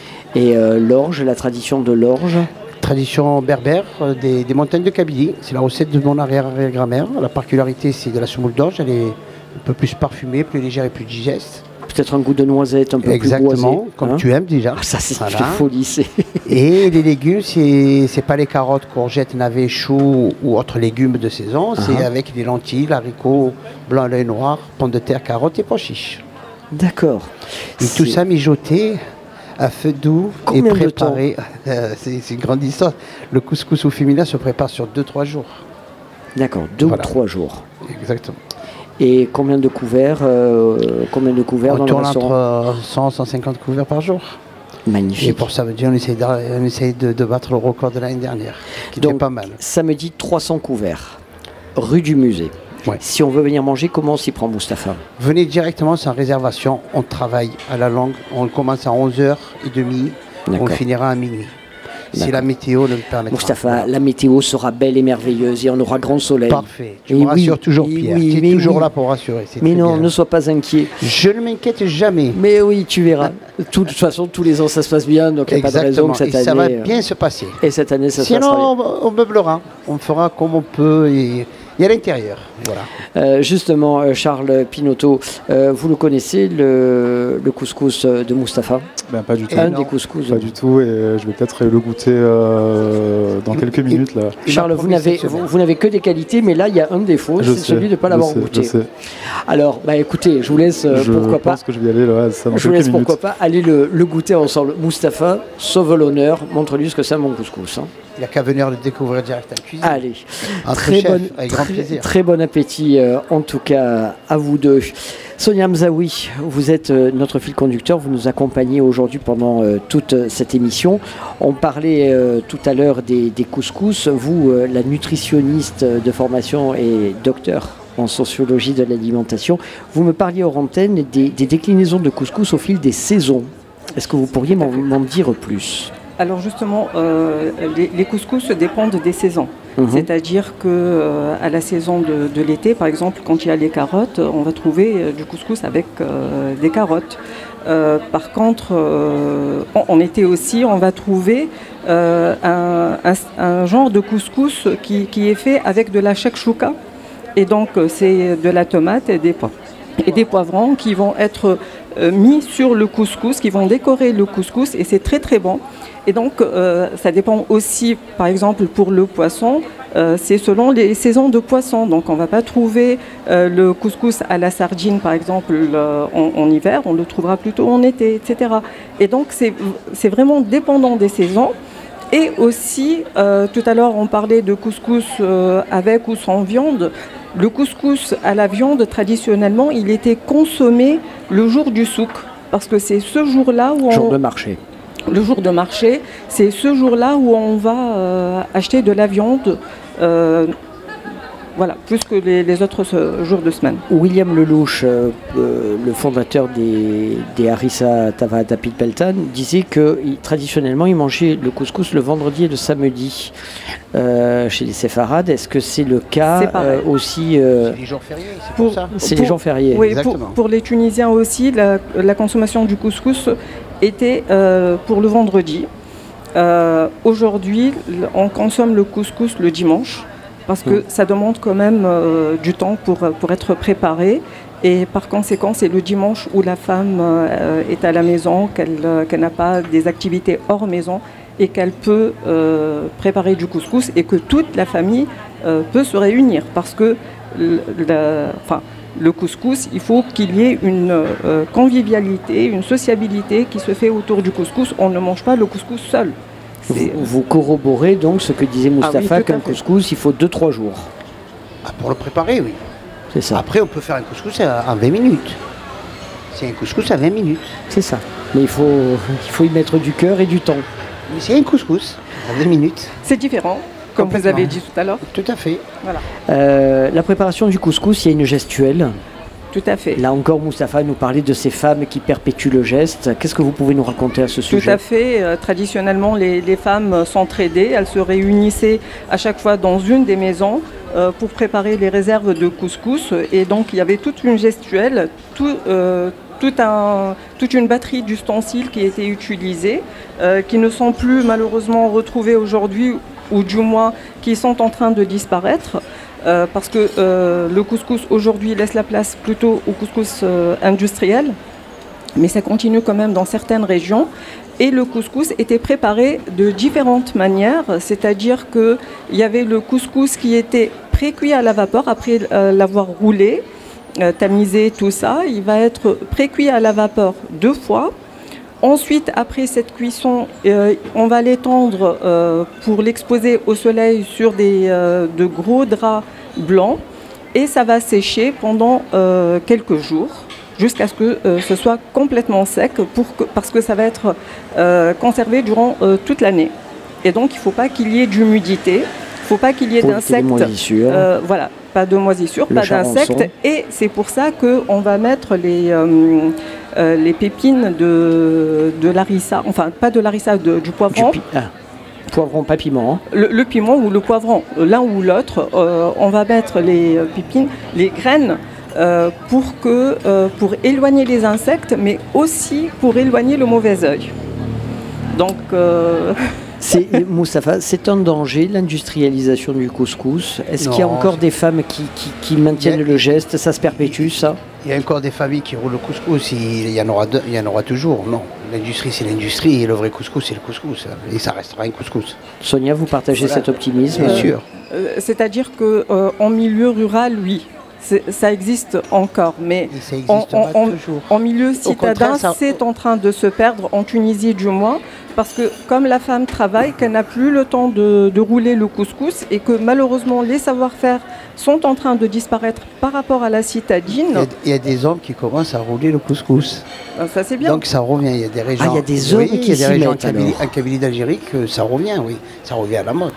Et l'orge, la tradition de l'orge? Tradition berbère des montagnes de Kabylie. C'est la recette de mon arrière-grand-mère. La particularité, c'est de la semoule d'orge. Elle est un peu plus parfumée, plus légère et plus digeste. Peut-être un goût de noisette un peu plus boisé. Exactement, comme tu aimes déjà. Ça, c'est une folie. Et les légumes, c'est pas les carottes, courgettes, navets, choux ou autres légumes de saison. C'est avec des lentilles, haricots, blanc, l'œil noir, pommes de terre, carottes et pois chiches. D'accord. Et tout ça mijoté à feu doux et préparé. C'est une grande histoire. Le couscous au Femina se prépare sur 2-3 jours. D'accord, 2 ou 3 jours. Exactement. Et combien de couverts On dans tourne le restaurant? entre 100 et 150 couverts par jour. Magnifique. Et pour samedi, on essaye de battre le record de l'année dernière, qui était pas mal. Samedi, 300 couverts, rue du Musée. Ouais. Si on veut venir manger, comment on s'y prend, Mustapha? Venez directement sans réservation, on travaille à la longue, on commence à 11h30, on finira à minuit. Si la météo ne le permet pas. Mustapha, la météo sera belle et merveilleuse et on aura grand soleil. Parfait. Tu me rassures toujours, Pierre. Tu es toujours là pour rassurer. Mais non, ne sois pas inquiet. Je ne m'inquiète jamais. Mais oui, tu verras. De toute façon, tous les ans, ça se passe bien, donc il n'y a pas de raison que cette année... ça va bien se passer. Et cette année, ça se passera bien. Sinon, on meublera. On fera comme on peut et à l'intérieur. Voilà. Justement, Charles Pinotto, vous le connaissez, le couscous de Mustapha? Pas du tout. Des couscous. Pas du tout, et je vais peut-être le goûter dans quelques minutes. Là. Charles, vous n'avez que des qualités, mais là, il y a un défaut, c'est celui de ne pas l'avoir goûté. Alors, écoutez, je vous laisse, pourquoi pas... Je pense que je vais y aller dans je vous laisse, pourquoi pas, aller le goûter ensemble. Mustapha, sauve l'honneur, montre-lui ce que c'est un bon couscous. Hein. Il n'y a qu'à venir le découvrir direct en cuisine. Allez, très bon appétit en tout cas à vous deux. Sonia Mzaoui, vous êtes notre fil conducteur, vous nous accompagnez aujourd'hui pendant toute cette émission. On parlait tout à l'heure des couscous. Vous, la nutritionniste de formation et docteur en sociologie de l'alimentation. Vous me parliez hors antenne des déclinaisons de couscous au fil des saisons. Est-ce que vous pourriez m'en dire plus ? Alors justement, les couscous dépendent des saisons. C'est-à-dire qu'à la saison de l'été, par exemple, quand il y a les carottes, on va trouver du couscous avec des carottes. Par contre, en été aussi, on va trouver un genre de couscous qui est fait avec de la shakshuka. Et donc, c'est de la tomate et des poivrons qui vont être mis sur le couscous, qui vont décorer le couscous, et c'est très très bon. Et donc, ça dépend aussi, par exemple, pour le poisson, c'est selon les saisons de poisson. Donc, on ne va pas trouver le couscous à la sardine, par exemple, en hiver, on le trouvera plutôt en été, etc. Et donc, c'est vraiment dépendant des saisons. Et aussi, tout à l'heure, on parlait de couscous avec ou sans viande. Le couscous à la viande, traditionnellement, il était consommé le jour du souk, parce que c'est ce jour-là où Jour de marché. Le jour de marché, c'est ce jour-là où on va acheter de la viande, voilà, plus que les autres jours de semaine. William Lelouch, le fondateur des Harissa Tava Tapit Peltan, disait que traditionnellement, il mangeait le couscous le vendredi et le samedi chez les séfarades. Est-ce que c'est le cas aussi C'est les jours fériés, c'est pour ça. C'est les jours fériés. Oui, pour les Tunisiens aussi, la consommation du couscous était pour le vendredi. Aujourd'hui, on consomme le couscous le dimanche, parce que ça demande quand même du temps pour être préparé. Et par conséquent, c'est le dimanche où la femme est à la maison, qu'elle n'a pas des activités hors maison et qu'elle peut préparer du couscous et que toute la famille peut se réunir. Parce que le couscous, il faut qu'il y ait une convivialité, une sociabilité qui se fait autour du couscous. On ne mange pas le couscous seul. Vous corroborez donc ce que disait Mustapha, qu'un couscous, il faut 2-3 jours. Pour le préparer, oui. C'est ça. Après, on peut faire un couscous en 20 minutes. C'est un couscous à 20 minutes. C'est ça. Mais il faut y mettre du cœur et du temps. Mais c'est un couscous à 20 minutes. C'est différent, comme vous avez dit tout à l'heure. Tout à fait. Voilà. La préparation du couscous, il y a une gestuelle. Tout à fait. Là encore, Mustapha nous parlait de ces femmes qui perpétuent le geste. Qu'est-ce que vous pouvez nous raconter à ce sujet ? Tout à fait. Traditionnellement, les femmes s'entraidaient. Elles se réunissaient à chaque fois dans une des maisons pour préparer les réserves de couscous. Et donc, il y avait toute une gestuelle, toute une batterie d'ustensiles qui étaient utilisés, qui ne sont plus malheureusement retrouvés aujourd'hui, ou du moins qui sont en train de disparaître. Parce que le couscous aujourd'hui laisse la place plutôt au couscous industriel, mais ça continue quand même dans certaines régions. Et le couscous était préparé de différentes manières, c'est-à-dire qu'il y avait le couscous qui était pré-cuit à la vapeur après l'avoir roulé, tamisé, tout ça. Il va être pré-cuit à la vapeur 2 fois. Ensuite, après cette cuisson, on va l'étendre pour l'exposer au soleil sur de gros draps blancs et ça va sécher pendant quelques jours jusqu'à ce que ce soit complètement sec parce que ça va être conservé durant toute l'année. Et donc, il ne faut pas qu'il y ait d'humidité, il ne faut pas qu'il y ait d'insectes. Voilà, pas de moisissures, pas d'insectes. Et c'est pour ça qu'on va mettre les pépines de l'harissa, enfin pas de l'harissa, du poivron. Poivron, pas piment. Le piment ou le poivron, l'un ou l'autre, on va mettre les pépines, les graines pour éloigner les insectes, mais aussi pour éloigner le mauvais œil. Donc... Moustapha, c'est un danger, l'industrialisation du couscous. Est-ce qu'il y a encore des femmes qui maintiennent le geste ? Ça se perpétue, ça ? Il y a encore des familles qui roulent le couscous. Il y en aura toujours. Non, l'industrie, c'est l'industrie. Et le vrai couscous, c'est le couscous. Et ça restera un couscous. Sonia, vous partagez cet optimisme ? Bien sûr. C'est-à-dire qu'en milieu rural, oui. Ça existe encore, mais en milieu citadin, c'est en train de se perdre, en Tunisie du moins, parce que comme la femme travaille, qu'elle n'a plus le temps de rouler le couscous et que malheureusement les savoir-faire sont en train de disparaître par rapport à la citadine. Il y a des hommes qui commencent à rouler le couscous. Ça c'est bien. Donc ça revient, il y a des régions. Il y a des hommes qui s'y mettent. En Kabylie d'Algérie que ça revient, oui. Ça revient à la mode.